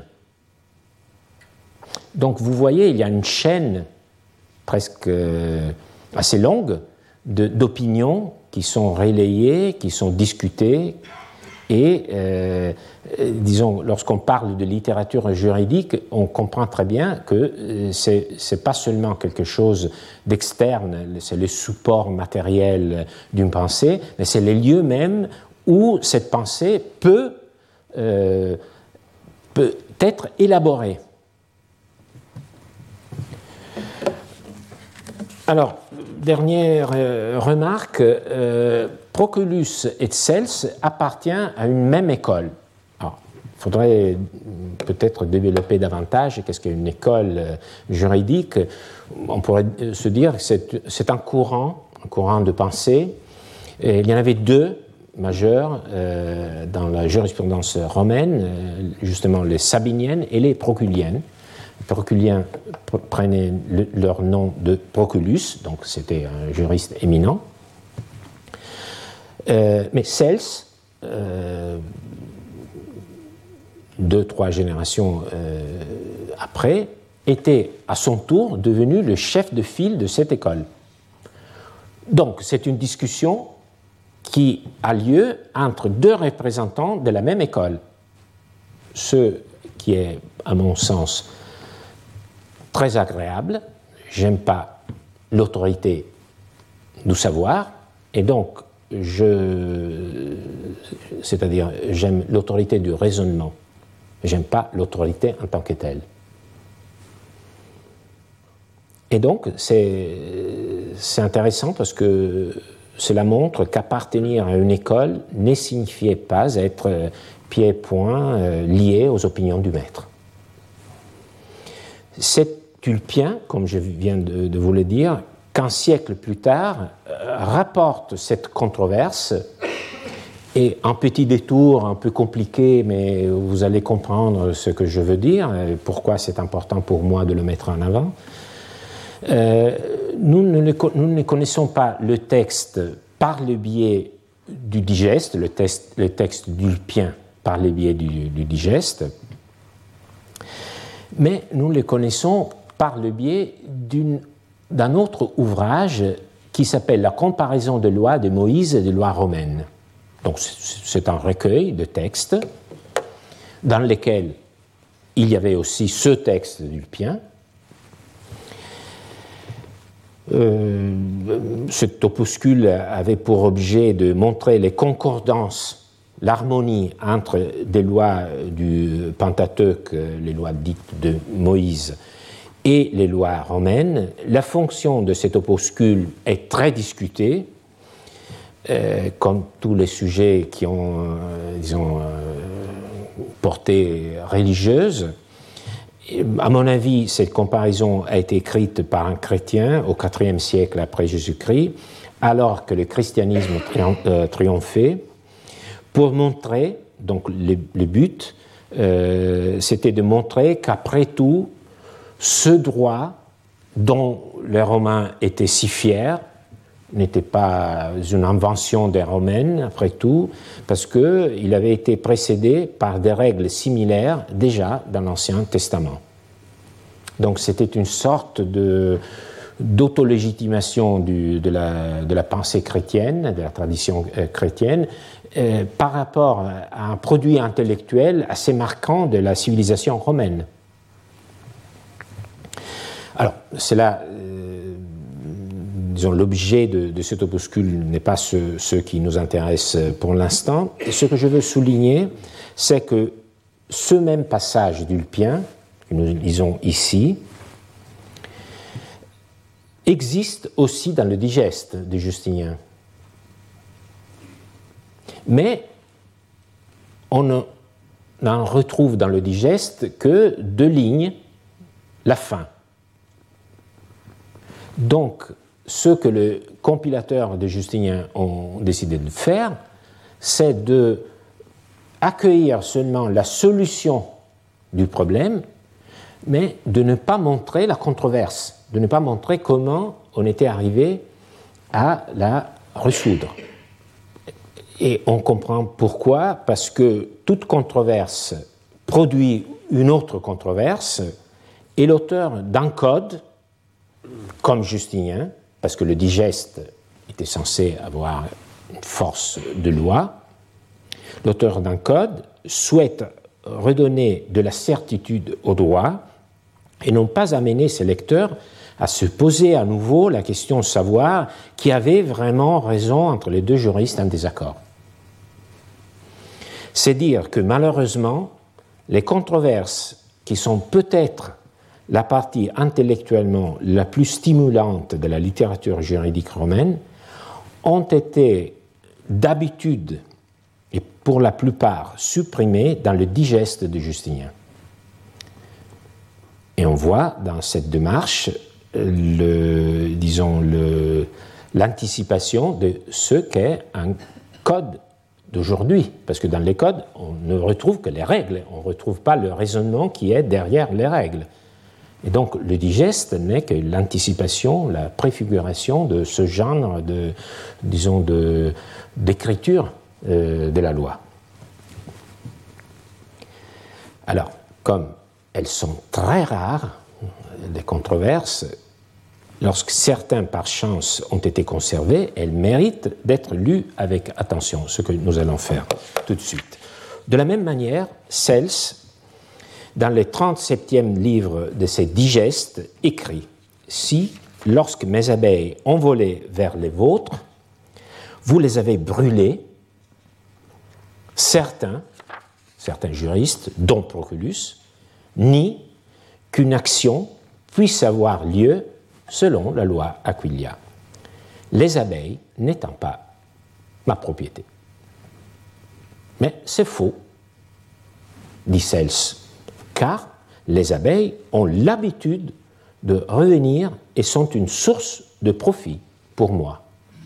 Donc vous voyez, il y a une chaîne presque assez longue d'opinions qui sont relayées, qui sont discutées, et lorsqu'on parle de littérature juridique, on comprend très bien que c'est pas seulement quelque chose d'externe, c'est le support matériel d'une pensée, mais c'est les lieux mêmes où cette pensée peut être élaborée. Alors, dernière remarque, Proculus et Cels appartiennent à une même école. Alors, il faudrait peut-être développer davantage qu'est-ce qu'une école juridique. On pourrait se dire que c'est un courant de pensée. Et il y en avait deux majeurs dans la jurisprudence romaine, justement les sabiniennes et les proculiennes. Les proculiens prenaient leur nom de Proculus, donc c'était un juriste éminent. Mais Cels, 2-3 générations après, était à son tour devenu le chef de file de cette école. Donc c'est une discussion qui a lieu entre deux représentants de la même école. Ce qui est, à mon sens, très agréable. J'aime pas l'autorité du savoir, et donc c'est-à-dire j'aime l'autorité du raisonnement. J'aime pas l'autorité en tant que telle. Et donc c'est intéressant parce que cela montre qu'appartenir à une école ne signifiait pas être pied et poing lié aux opinions du maître. C'est Ulpien, comme je viens de vous le dire, qu'un siècle plus tard rapporte cette controverse, et un petit détour un peu compliqué, mais vous allez comprendre ce que je veux dire, et pourquoi c'est important pour moi de le mettre en avant. Nous ne connaissons pas le texte par le biais du digeste, le texte d'Ulpien par le biais du digeste, mais nous le connaissons par le biais d'un autre ouvrage qui s'appelle La comparaison des lois de Moïse et des lois romaines. Donc c'est un recueil de textes dans lesquels il y avait aussi ce texte d'Ulpien. Cet opuscule avait pour objet de montrer les concordances, l'harmonie entre des lois du Pentateuque, les lois dites de Moïse, et les lois romaines. La fonction de cet opuscule est très discutée, comme tous les sujets qui ont, portée religieuse. À mon avis, cette comparaison a été écrite par un chrétien au IVe siècle après Jésus-Christ, alors que le christianisme triomphait, pour montrer, donc le but, c'était de montrer qu'après tout, ce droit dont les Romains étaient si fiers n'était pas une invention des Romains, après tout, parce qu'il avait été précédé par des règles similaires déjà dans l'Ancien Testament. Donc c'était une sorte d'autolégitimation de la pensée chrétienne, de la tradition chrétienne, par rapport à un produit intellectuel assez marquant de la civilisation romaine. Alors, c'est là, disons, l'objet de cet opuscule n'est pas ce qui nous intéresse pour l'instant. Et ce que je veux souligner, c'est que ce même passage d'Ulpien, que nous lisons ici, existe aussi dans le digeste de Justinien. Mais on n'en retrouve dans le digeste que 2 lignes, la fin. Donc, ce que le compilateur de Justinien ont décidé de faire, c'est d'accueillir seulement la solution du problème, mais de ne pas montrer la controverse, de ne pas montrer comment on était arrivé à la résoudre. Et on comprend pourquoi, parce que toute controverse produit une autre controverse, et l'auteur d'un code, comme Justinien, parce que le digeste était censé avoir une force de loi, l'auteur d'un code souhaite redonner de la certitude au droit et non pas amener ses lecteurs à se poser à nouveau la question de savoir qui avait vraiment raison entre les 2 juristes en désaccord. C'est dire que malheureusement, les controverses qui sont peut-être la partie intellectuellement la plus stimulante de la littérature juridique romaine ont été d'habitude et pour la plupart supprimées dans le digeste de Justinien. Et on voit dans cette démarche l'anticipation de ce qu'est un code d'aujourd'hui, parce que dans les codes, on ne retrouve que les règles, on ne retrouve pas le raisonnement qui est derrière les règles. Et donc le digeste n'est que l'anticipation, la préfiguration de ce genre d'écriture de la loi. Alors, comme elles sont très rares, les controverses, lorsque certains par chance ont été conservés, elles méritent d'être lues avec attention, ce que nous allons faire tout de suite. De la même manière, Cels, dans le 37e livre de ses digestes, écrit « Si, lorsque mes abeilles ont volé vers les vôtres, vous les avez brûlées, certains juristes, dont Proculus, nient qu'une action puisse avoir lieu selon la loi Aquilia, les abeilles n'étant pas ma propriété. » Mais c'est faux, dit Cels, car les abeilles ont l'habitude de revenir et sont une source de profit pour moi.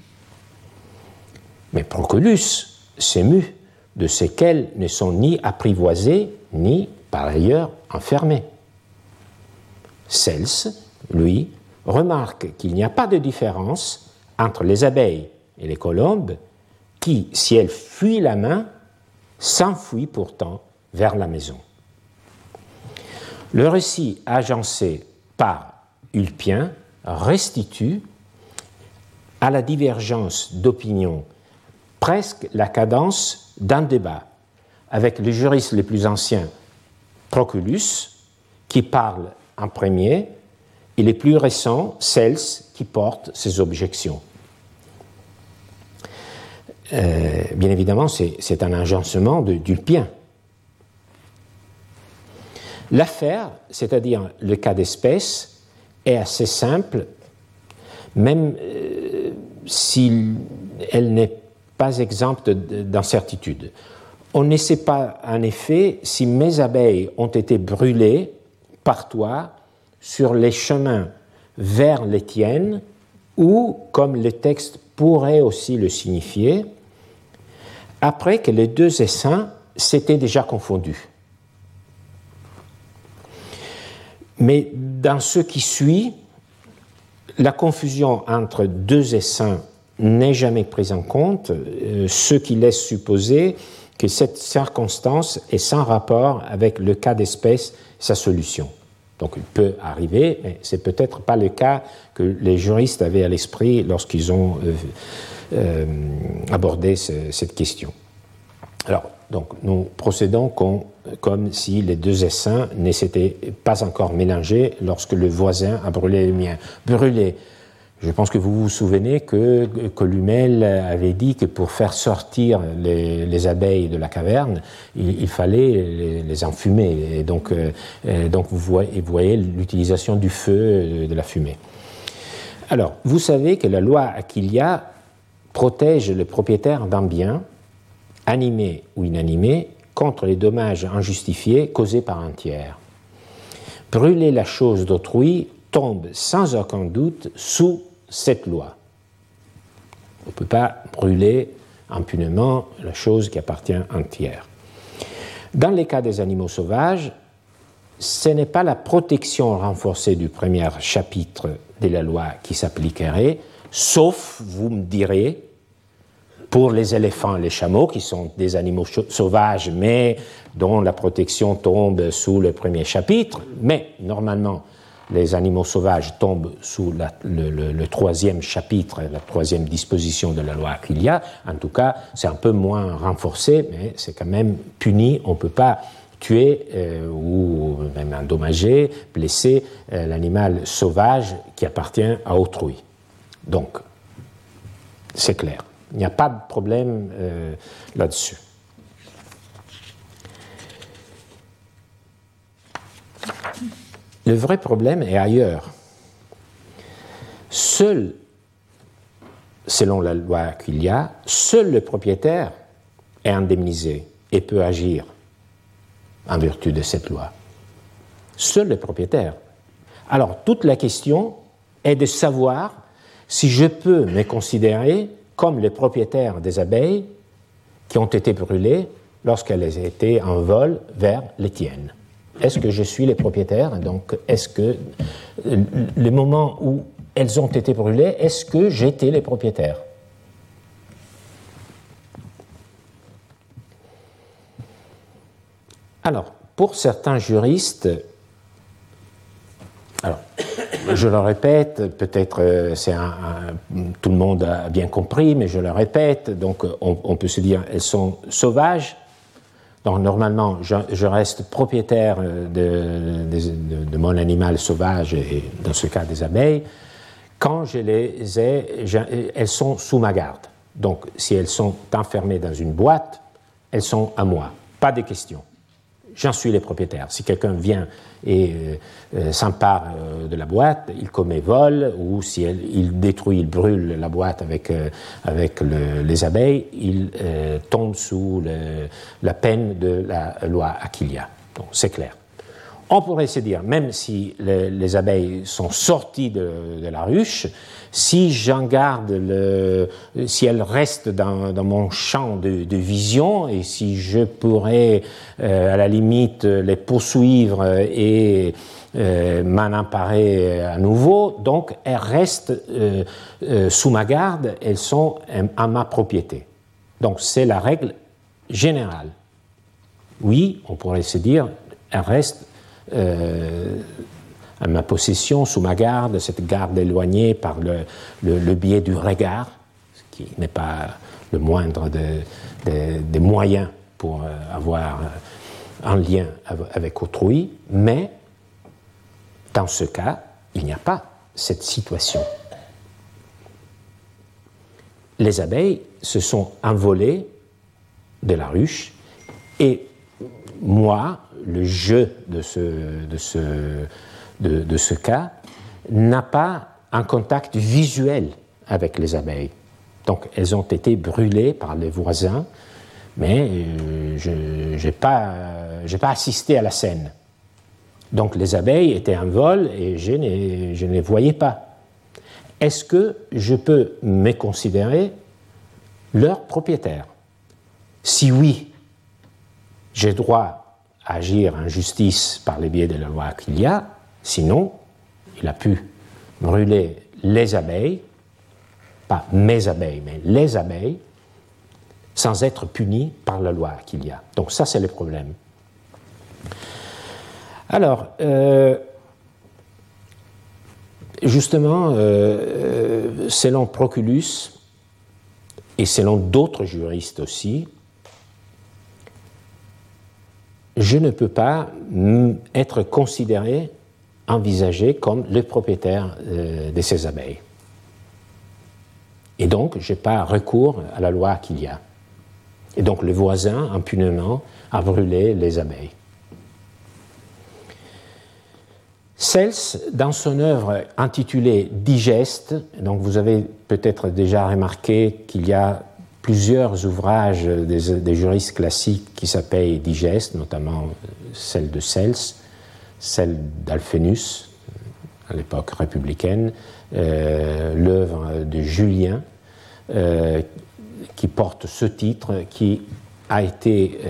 Mais Proculus s'émut de ce qu'elles ne sont ni apprivoisées, ni par ailleurs enfermées. Cels, lui, remarque qu'il n'y a pas de différence entre les abeilles et les colombes qui, si elles fuient la main, s'enfuient pourtant vers la maison. Le récit agencé par Ulpien restitue à la divergence d'opinion presque la cadence d'un débat avec les juristes les plus anciens, Proculus, qui parle en premier, et les plus récents, Cels, qui porte ces objections. Bien évidemment, c'est un agencement d'Ulpien. L'affaire, c'est-à-dire le cas d'espèce, est assez simple, même si elle n'est pas exempte d'incertitude. On ne sait pas en effet si mes abeilles ont été brûlées par toi sur les chemins vers les tiennes ou, comme le texte pourrait aussi le signifier, après que les deux essaims s'étaient déjà confondus. Mais dans ce qui suit, la confusion entre deux essaims n'est jamais prise en compte, ce qui laisse supposer que cette circonstance est sans rapport avec le cas d'espèce et sa solution. Donc il peut arriver, mais ce n'est peut-être pas le cas que les juristes avaient à l'esprit lorsqu'ils ont abordé cette question. Alors, donc, nous procédons comme si les deux essaims ne s'étaient pas encore mélangés lorsque le voisin a brûlé les miens. Brûlé. Je pense que vous vous souvenez que Columel avait dit que pour faire sortir les abeilles de la caverne, il fallait les enfumer. Et donc vous voyez l'utilisation du feu, de la fumée. Alors, vous savez que la loi Aquilia protège le propriétaire d'un bien, animé ou inanimé, contre les dommages injustifiés causés par un tiers. Brûler la chose d'autrui tombe sans aucun doute sous cette loi. On ne peut pas brûler impunément la chose qui appartient à un tiers. Dans les cas des animaux sauvages, ce n'est pas la protection renforcée du premier chapitre de la loi qui s'appliquerait, sauf, vous me direz, pour les éléphants et les chameaux, qui sont des animaux sauvages, mais dont la protection tombe sous le premier chapitre, mais normalement, les animaux sauvages tombent sous le troisième chapitre, la troisième disposition de la loi Aquilia. En tout cas, c'est un peu moins renforcé, mais c'est quand même puni. On ne peut pas tuer ou même endommager, blesser l'animal sauvage qui appartient à autrui. Donc, c'est clair. Il n'y a pas de problème là-dessus. Le vrai problème est ailleurs. Seul, selon la loi Aquilia, seul le propriétaire est indemnisé et peut agir en vertu de cette loi. Seul le propriétaire. Alors, toute la question est de savoir si je peux me considérer comme le propriétaire des abeilles qui ont été brûlées lorsqu'elles étaient en vol vers les tiennes. Est-ce que je suis le propriétaire? Donc, est-ce que le moment où elles ont été brûlées, est-ce que j'étais le propriétaire? Alors, pour certains juristes, alors, je le répète, peut-être tout le monde a bien compris, mais je le répète, donc on peut se dire elles sont sauvages. Donc normalement, je reste propriétaire de mon animal sauvage, et dans ce cas des abeilles. Quand je les ai, elles sont sous ma garde. Donc si elles sont enfermées dans une boîte, elles sont à moi. Pas de question. J'en suis le propriétaire. Si quelqu'un vient et s'empare de la boîte, il commet vol, ou si il détruit, il brûle la boîte avec les abeilles, il tombe sous la peine de la loi Aquilia. Donc c'est clair. On pourrait se dire, même si les abeilles sont sorties de la ruche, si j'en garde si elles restent dans mon champ de vision, et si je pourrais à la limite les poursuivre et m'en emparer à nouveau, donc elles restent sous ma garde, elles sont à ma propriété. Donc c'est la règle générale. Oui, on pourrait se dire, elles restent à ma possession, sous ma garde, cette garde éloignée par le biais du regard, ce qui n'est pas le moindre des moyens pour avoir un lien avec autrui, mais dans ce cas, il n'y a pas cette situation. Les abeilles se sont envolées de la ruche et moi, le jeu de ce cas n'a pas un contact visuel avec les abeilles. Donc, elles ont été brûlées par les voisins, mais je n'ai pas assisté à la scène. Donc les abeilles étaient en vol et je ne les voyais pas. Est-ce que je peux me considérer leur propriétaire? Si oui, j'ai droit à agir en justice par le biais de la loi Aquilia, sinon, il a pu brûler les abeilles, pas mes abeilles, mais les abeilles, sans être puni par la loi Aquilia. Donc ça, c'est le problème. Alors, justement, selon Proculus, et selon d'autres juristes aussi, je ne peux pas être considéré, envisagé comme le propriétaire de ces abeilles. Et donc, je n'ai pas recours à la loi Aquilia. Et donc, le voisin, impunément, a brûlé les abeilles. Cels, dans son œuvre intitulée Digeste, donc vous avez peut-être déjà remarqué qu'il y a plusieurs ouvrages des juristes classiques qui s'appellent Digeste, notamment celle de Cels, celle d'Alphénus, à l'époque républicaine, l'œuvre de Julien, qui porte ce titre, qui a été,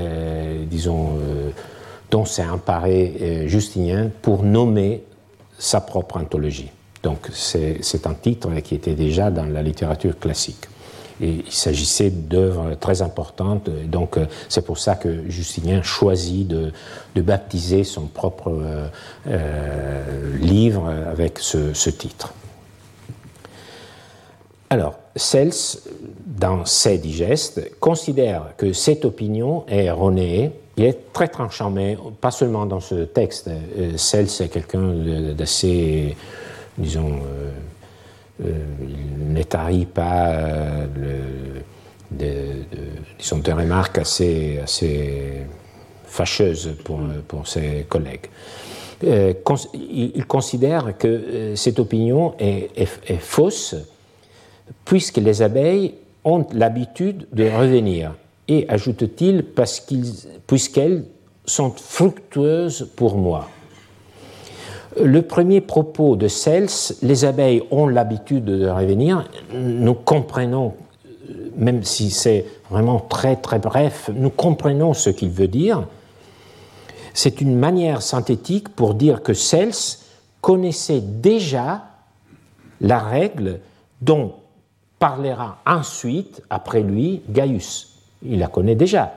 dont s'est emparé Justinien pour nommer sa propre anthologie. Donc c'est un titre qui était déjà dans la littérature classique. Et il s'agissait d'œuvres très importantes, donc c'est pour ça que Justinien choisit de baptiser son propre livre avec ce titre. Alors, Cels, dans ses digestes, considère que cette opinion est erronée. Il est très tranchant, mais pas seulement dans ce texte. Cels est quelqu'un d'assez, disons, il ne tarit pas disons, des remarques assez fâcheuses pour ses collègues. Il considère que cette opinion est fausse, puisque les abeilles ont l'habitude de revenir. Et, ajoute-t-il, puisqu'elles sont fructueuses pour moi. Le premier propos de Cels, les abeilles ont l'habitude de revenir, nous comprenons, même si c'est vraiment très très bref, nous comprenons ce qu'il veut dire. C'est une manière synthétique pour dire que Cels connaissait déjà la règle dont parlera ensuite, après lui, Gaius. Il la connaît déjà.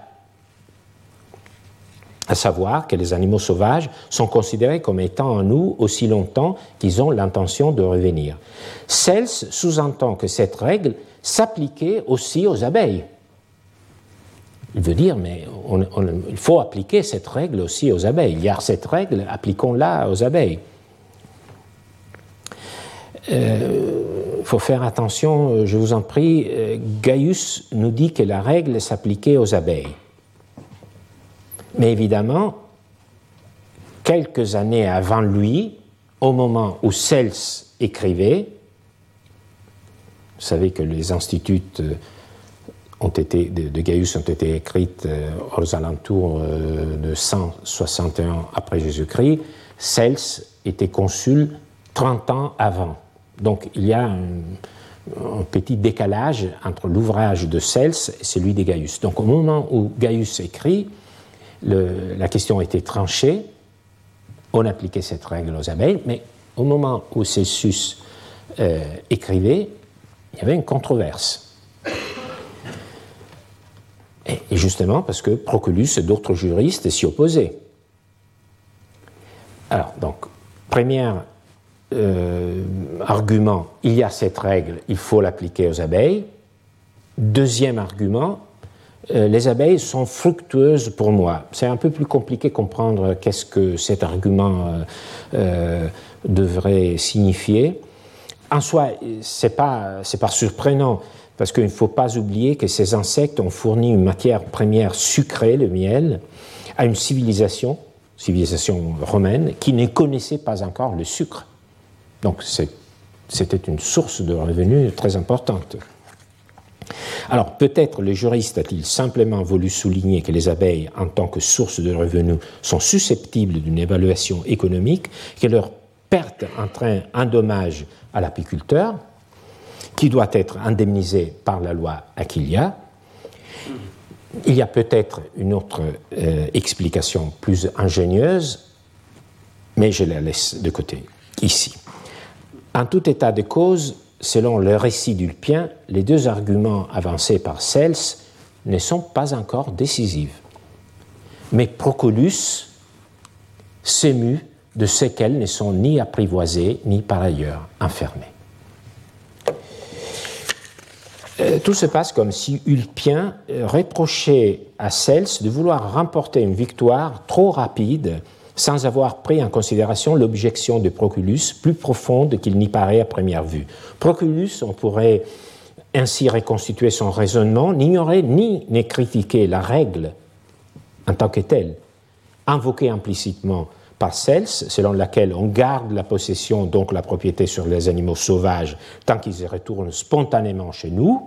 À savoir que les animaux sauvages sont considérés comme étant en nous aussi longtemps qu'ils ont l'intention de revenir. Cels sous-entend que cette règle s'appliquait aussi aux abeilles. Il veut dire, mais il faut appliquer cette règle aussi aux abeilles. Il y a cette règle, appliquons-la aux abeilles. Il faut faire attention, je vous en prie, Gaius nous dit que la règle s'appliquait aux abeilles. Mais évidemment, quelques années avant lui, au moment où Cels écrivait, vous savez que les instituts de Gaius ont été écrites aux alentours de 161 après Jésus-Christ, Cels était consul 30 ans avant. Donc il y a un petit décalage entre l'ouvrage de Cels et celui de Gaius. Donc au moment où Gaius écrit, la question était tranchée, on appliquait cette règle aux abeilles, mais au moment où Celsus écrivait, il y avait une controverse. Et justement parce que Proculus et d'autres juristes s'y opposaient. Alors, donc, premier argument, il y a cette règle, il faut l'appliquer aux abeilles. Deuxième argument, les abeilles sont fructueuses pour moi. C'est un peu plus compliqué de comprendre qu'est-ce que cet argument devrait signifier. En soi, c'est pas surprenant, parce qu'il ne faut pas oublier que ces insectes ont fourni une matière première sucrée, le miel, à une civilisation romaine, qui ne connaissait pas encore le sucre. Donc c'était une source de revenus très importante. Alors peut-être le juriste a-t-il simplement voulu souligner que les abeilles, en tant que source de revenus, sont susceptibles d'une évaluation économique, que leur perte entraîne un dommage à l'apiculteur, qui doit être indemnisé par la loi Aquilia. Il y a peut-être une autre explication plus ingénieuse, mais je la laisse de côté ici. En tout état de cause, selon le récit d'Ulpien, les deux arguments avancés par Cels ne sont pas encore décisifs. Mais Procolus s'émut de ce qu'elles ne sont ni apprivoisées ni par ailleurs enfermées. Tout se passe comme si Ulpien reprochait à Cels de vouloir remporter une victoire trop rapide sans avoir pris en considération l'objection de Proculus plus profonde qu'il n'y paraît à première vue. Proculus, on pourrait ainsi reconstituer son raisonnement, n'ignorait ni ne critiquait la règle en tant que telle, invoquée implicitement par Cels, selon laquelle on garde la possession, donc la propriété sur les animaux sauvages, tant qu'ils retournent spontanément chez nous.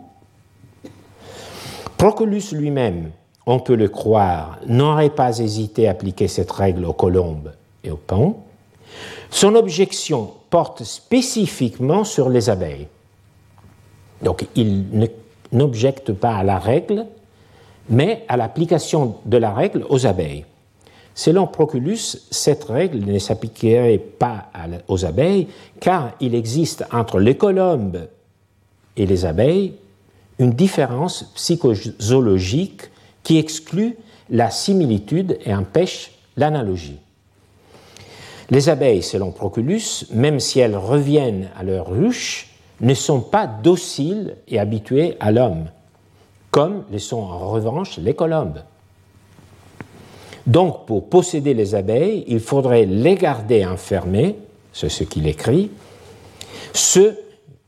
Proculus lui-même, on peut le croire, n'aurait pas hésité à appliquer cette règle aux colombes et aux paons. Son objection porte spécifiquement sur les abeilles. Donc il n'objecte pas à la règle, mais à l'application de la règle aux abeilles. Selon Proculus, cette règle ne s'appliquerait pas aux abeilles, car il existe entre les colombes et les abeilles une différence psychozoologique qui exclut la similitude et empêche l'analogie. Les abeilles, selon Proculus, même si elles reviennent à leur ruche, ne sont pas dociles et habituées à l'homme, comme le sont en revanche les colombes. Donc, pour posséder les abeilles, il faudrait les garder enfermées, c'est ce qu'il écrit, ce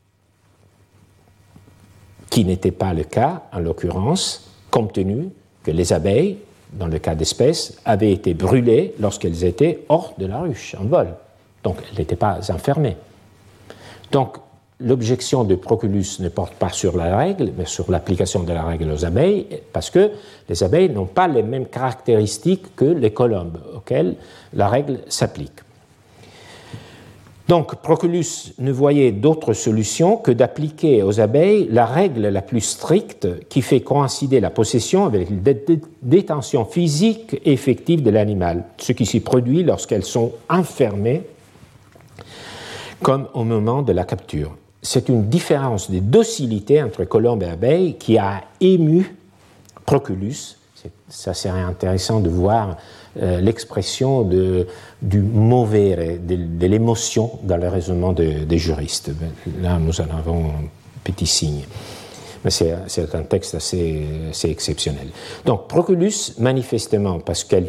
qui n'était pas le cas, en l'occurrence, compte tenu que les abeilles, dans le cas d'espèce, avaient été brûlées lorsqu'elles étaient hors de la ruche, en vol. Donc, elles n'étaient pas enfermées. Donc, l'objection de Proculus ne porte pas sur la règle, mais sur l'application de la règle aux abeilles, parce que les abeilles n'ont pas les mêmes caractéristiques que les colombes, auxquelles la règle s'applique. Donc, Proculus ne voyait d'autre solution que d'appliquer aux abeilles la règle la plus stricte qui fait coïncider la possession avec la détention physique et effective de l'animal, ce qui s'y produit lorsqu'elles sont enfermées, comme au moment de la capture. C'est une différence de docilité entre colombes et abeilles qui a ému Proculus. Ça serait intéressant de voir l'expression du mauvais, de l'émotion dans le raisonnement des juristes. Là, nous en avons un petit signe. Mais c'est un texte assez exceptionnel. Donc, Proculus, manifestement, parce qu'elle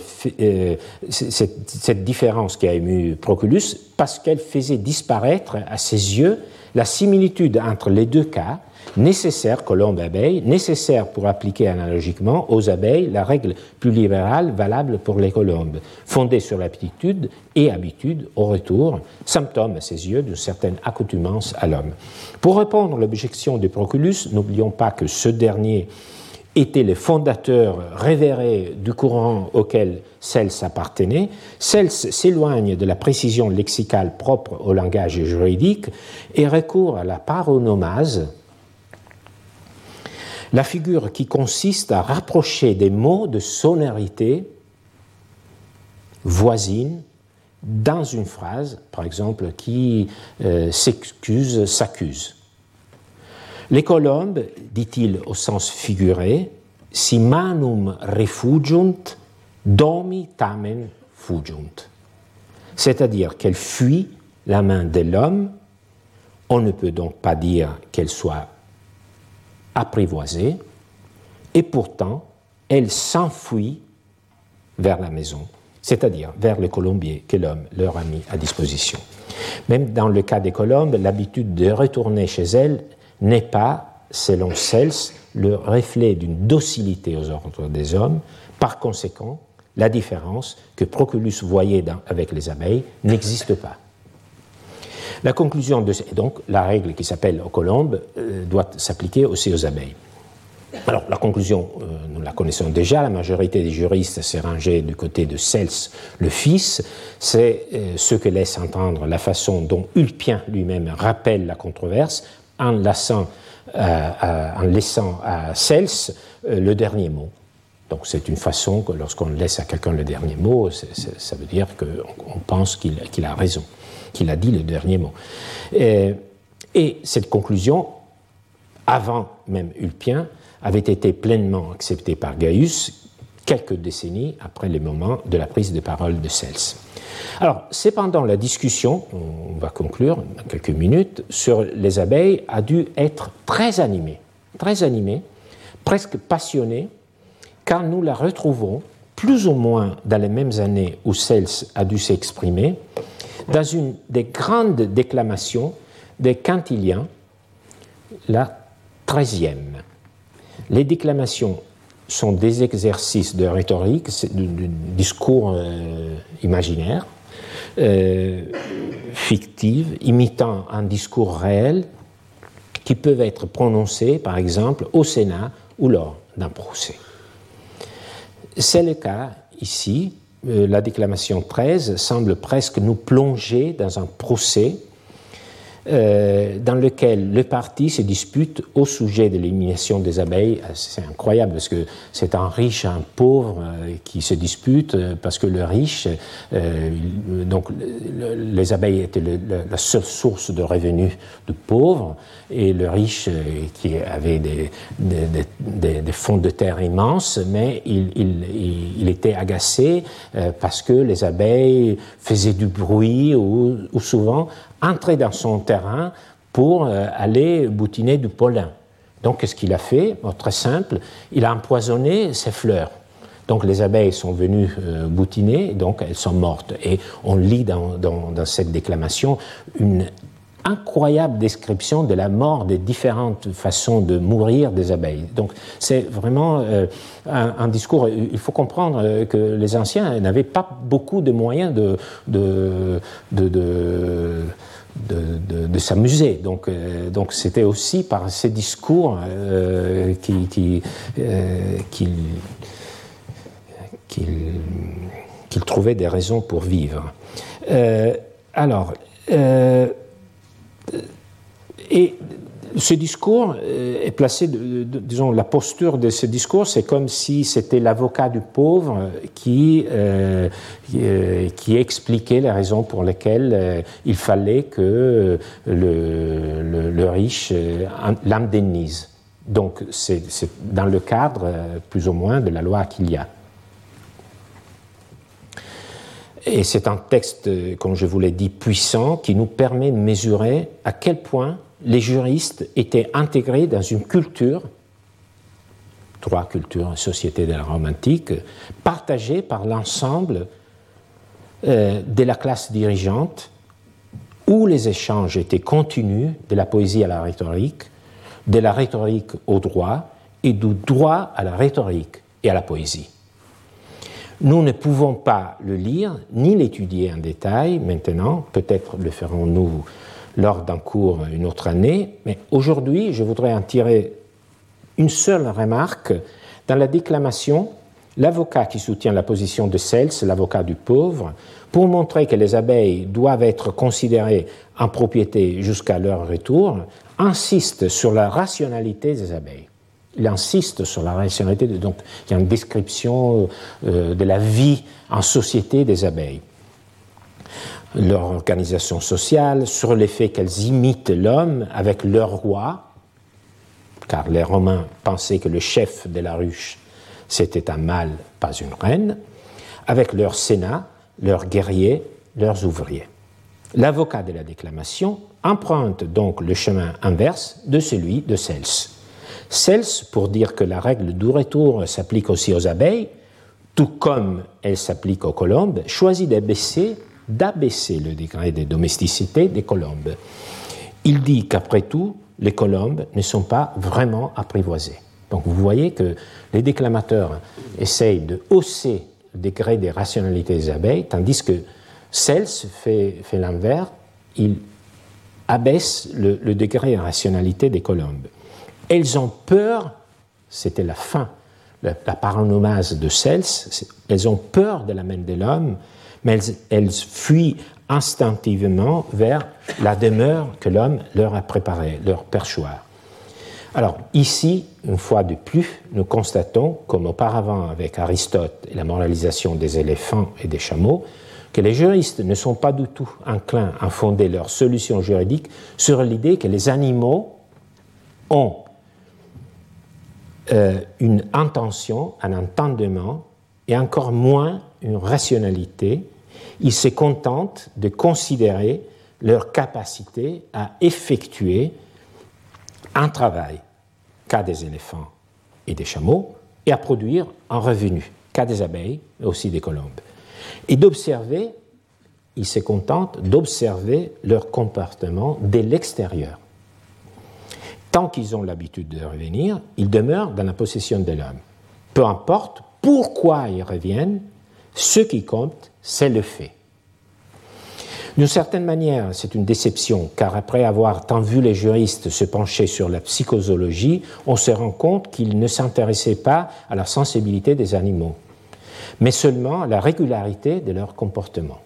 cette différence qui a ému Proculus, parce qu'elle faisait disparaître à ses yeux la similitude entre les deux cas, nécessaire, colombe et abeille, nécessaire pour appliquer analogiquement aux abeilles la règle plus libérale valable pour les colombes, fondée sur l'aptitude et habitude au retour, symptôme à ses yeux d'une certaine accoutumance à l'homme. Pour répondre à l'objection de Proculus, n'oublions pas que ce dernier était le fondateur révéré du courant auquel Cels appartenait. Cels s'éloigne de la précision lexicale propre au langage juridique et recourt à la paronomase, la figure qui consiste à rapprocher des mots de sonorité voisine dans une phrase, par exemple, qui s'excuse, s'accuse. Les colombes, dit-il au sens figuré, si manum refugiunt, domi tamen fugiunt. C'est-à-dire qu'elles fuient la main de l'homme. On ne peut donc pas dire qu'elles soient apprivoisées, et pourtant, elles s'enfuient vers la maison, c'est-à-dire vers le colombier que l'homme leur a mis à disposition. Même dans le cas des colombes, l'habitude de retourner chez elles n'est pas, selon Cels, le reflet d'une docilité aux ordres des hommes. Par conséquent, la différence que Proculus voyait avec les abeilles n'existe pas. La conclusion de donc la règle qui s'appelle aux colombes doit s'appliquer aussi aux abeilles. Alors, la conclusion, nous la connaissons déjà, la majorité des juristes s'est rangée du côté de Cels, le fils. C'est ce que laisse entendre la façon dont Ulpien lui-même rappelle la controverse en laissant à Cels le dernier mot. Donc c'est une façon que lorsqu'on laisse à quelqu'un le dernier mot, ça veut dire qu'on pense qu'il a raison, qu'il a dit le dernier mot. Et cette conclusion, avant même Ulpien, avait été pleinement acceptée par Gaius quelques décennies après le moment de la prise de parole de Cels. Alors, cependant, la discussion, on va conclure dans quelques minutes, sur les abeilles a dû être très animée, presque passionnée, car nous la retrouvons plus ou moins dans les mêmes années où Cels a dû s'exprimer, dans une des grandes déclamations des Quintiliens, la 13e. Les déclamations sont des exercices de rhétorique, de discours imaginaire, fictive, imitant un discours réel, qui peuvent être prononcés, par exemple, au Sénat ou lors d'un procès. C'est le cas ici. La déclamation 13 semble presque nous plonger dans un procès dans lequel le parti se dispute au sujet de l'élimination des abeilles. C'est incroyable parce que c'est un riche et un pauvre qui se disputent parce que le riche, donc les abeilles étaient la seule source de revenus du pauvre, et le riche qui avait des fonds de terre immenses, mais il était agacé parce que les abeilles faisaient du bruit ou souvent entrer dans son terrain pour aller boutiner du pollen. Donc, qu'est-ce qu'il a fait? Très simple, il a empoisonné ses fleurs. Donc, les abeilles sont venues boutiner, donc elles sont mortes. Et on lit dans cette déclamation une incroyable description de la mort des différentes façons de mourir des abeilles. Donc, c'est vraiment un discours. Il faut comprendre que les anciens n'avaient pas beaucoup de moyens de s'amuser. Donc c'était aussi par ces discours qu'il trouvait des raisons pour vivre. Et ce discours est placé, disons, la posture de ce discours, c'est comme si c'était l'avocat du pauvre qui expliquait les raisons pour lesquelles il fallait que le riche l'indemnise. Donc, c'est dans le cadre, plus ou moins, de la loi Aquilia. Et c'est un texte, comme je vous l'ai dit, puissant, qui nous permet de mesurer à quel point les juristes étaient intégrés dans une culture, droit, culture, société de la Rome antique, partagée par l'ensemble de la classe dirigeante, où les échanges étaient continus de la poésie à la rhétorique, de la rhétorique au droit, et du droit à la rhétorique et à la poésie. Nous ne pouvons pas le lire ni l'étudier en détail maintenant, peut-être le ferons-nous lors d'un cours une autre année, mais aujourd'hui, je voudrais en tirer une seule remarque. Dans la déclamation, l'avocat qui soutient la position de Cels, l'avocat du pauvre, pour montrer que les abeilles doivent être considérées en propriété jusqu'à leur retour, insiste sur la rationalité des abeilles. Il insiste sur la rationalité, donc il y a une description de la vie en société des abeilles. Leur organisation sociale, sur le fait qu'elles imitent l'homme avec leur roi, car les Romains pensaient que le chef de la ruche, c'était un mâle, pas une reine, avec leur sénat, leurs guerriers, leurs ouvriers. L'avocat de la déclamation emprunte donc le chemin inverse de celui de Cels. Cels, pour dire que la règle du retour s'applique aussi aux abeilles, tout comme elle s'applique aux colombes, choisit d'abaisser le degré de domesticité des colombes. Il dit qu'après tout, les colombes ne sont pas vraiment apprivoisées. Donc vous voyez que les déclamateurs essayent de hausser le degré de rationalité des abeilles, tandis que Cels fait l'inverse, il abaisse le degré de rationalité des colombes. Elles ont peur c'était la fin, la paronomase de Cels. Elles ont peur de la main de l'homme, mais elles fuient instinctivement vers la demeure que l'homme leur a préparée, leur perchoir. Alors ici, une fois de plus, nous constatons, comme auparavant avec Aristote et la moralisation des éléphants et des chameaux, que les juristes ne sont pas du tout enclins à fonder leurs solutions juridiques sur l'idée que les animaux ont une intention, un entendement et encore moins une rationalité. Ils se contentent de considérer leur capacité à effectuer un travail, cas des éléphants et des chameaux, et à produire un revenu, cas des abeilles, mais aussi des colombes. Et d'observer, ils se contentent d'observer leur comportement dès l'extérieur. Tant qu'ils ont l'habitude de revenir, ils demeurent dans la possession de l'homme. Peu importe pourquoi ils reviennent, ce qui compte, c'est le fait. D'une certaine manière, c'est une déception, car après avoir tant vu les juristes se pencher sur la psychozoologie, on se rend compte qu'ils ne s'intéressaient pas à la sensibilité des animaux, mais seulement à la régularité de leur comportement.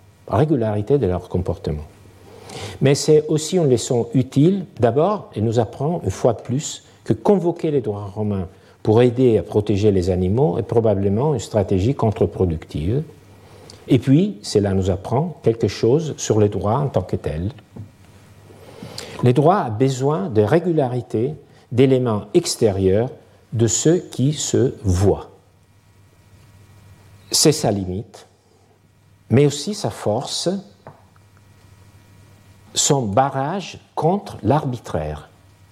Mais c'est aussi une leçon utile. D'abord, elle nous apprend une fois de plus que convoquer les droits romains pour aider à protéger les animaux est probablement une stratégie contre-productive. Et puis, cela nous apprend quelque chose sur les droits en tant que tels. Les droits ont besoin de régularité, d'éléments extérieurs de ceux qui se voient. C'est sa limite, mais aussi sa force, son barrage contre l'arbitraire.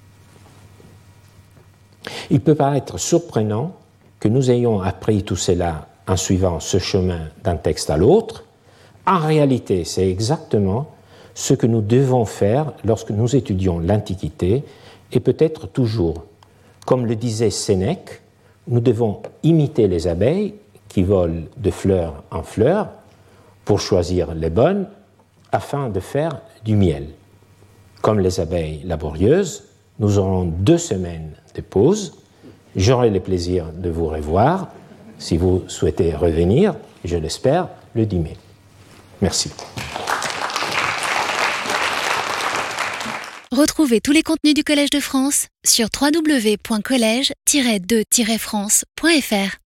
Il peut paraître surprenant que nous ayons appris tout cela en suivant ce chemin d'un texte à l'autre. En réalité, c'est exactement ce que nous devons faire lorsque nous étudions l'Antiquité, et peut-être toujours. Comme le disait Sénèque, nous devons imiter les abeilles qui volent de fleur en fleur pour choisir les bonnes afin de faire du miel. Comme les abeilles laborieuses, nous aurons 2 semaines de pause. J'aurai le plaisir de vous revoir si vous souhaitez revenir, je l'espère, le 10 mai. Merci. Retrouvez tous les contenus du Collège de France sur www.collège-2-france.fr.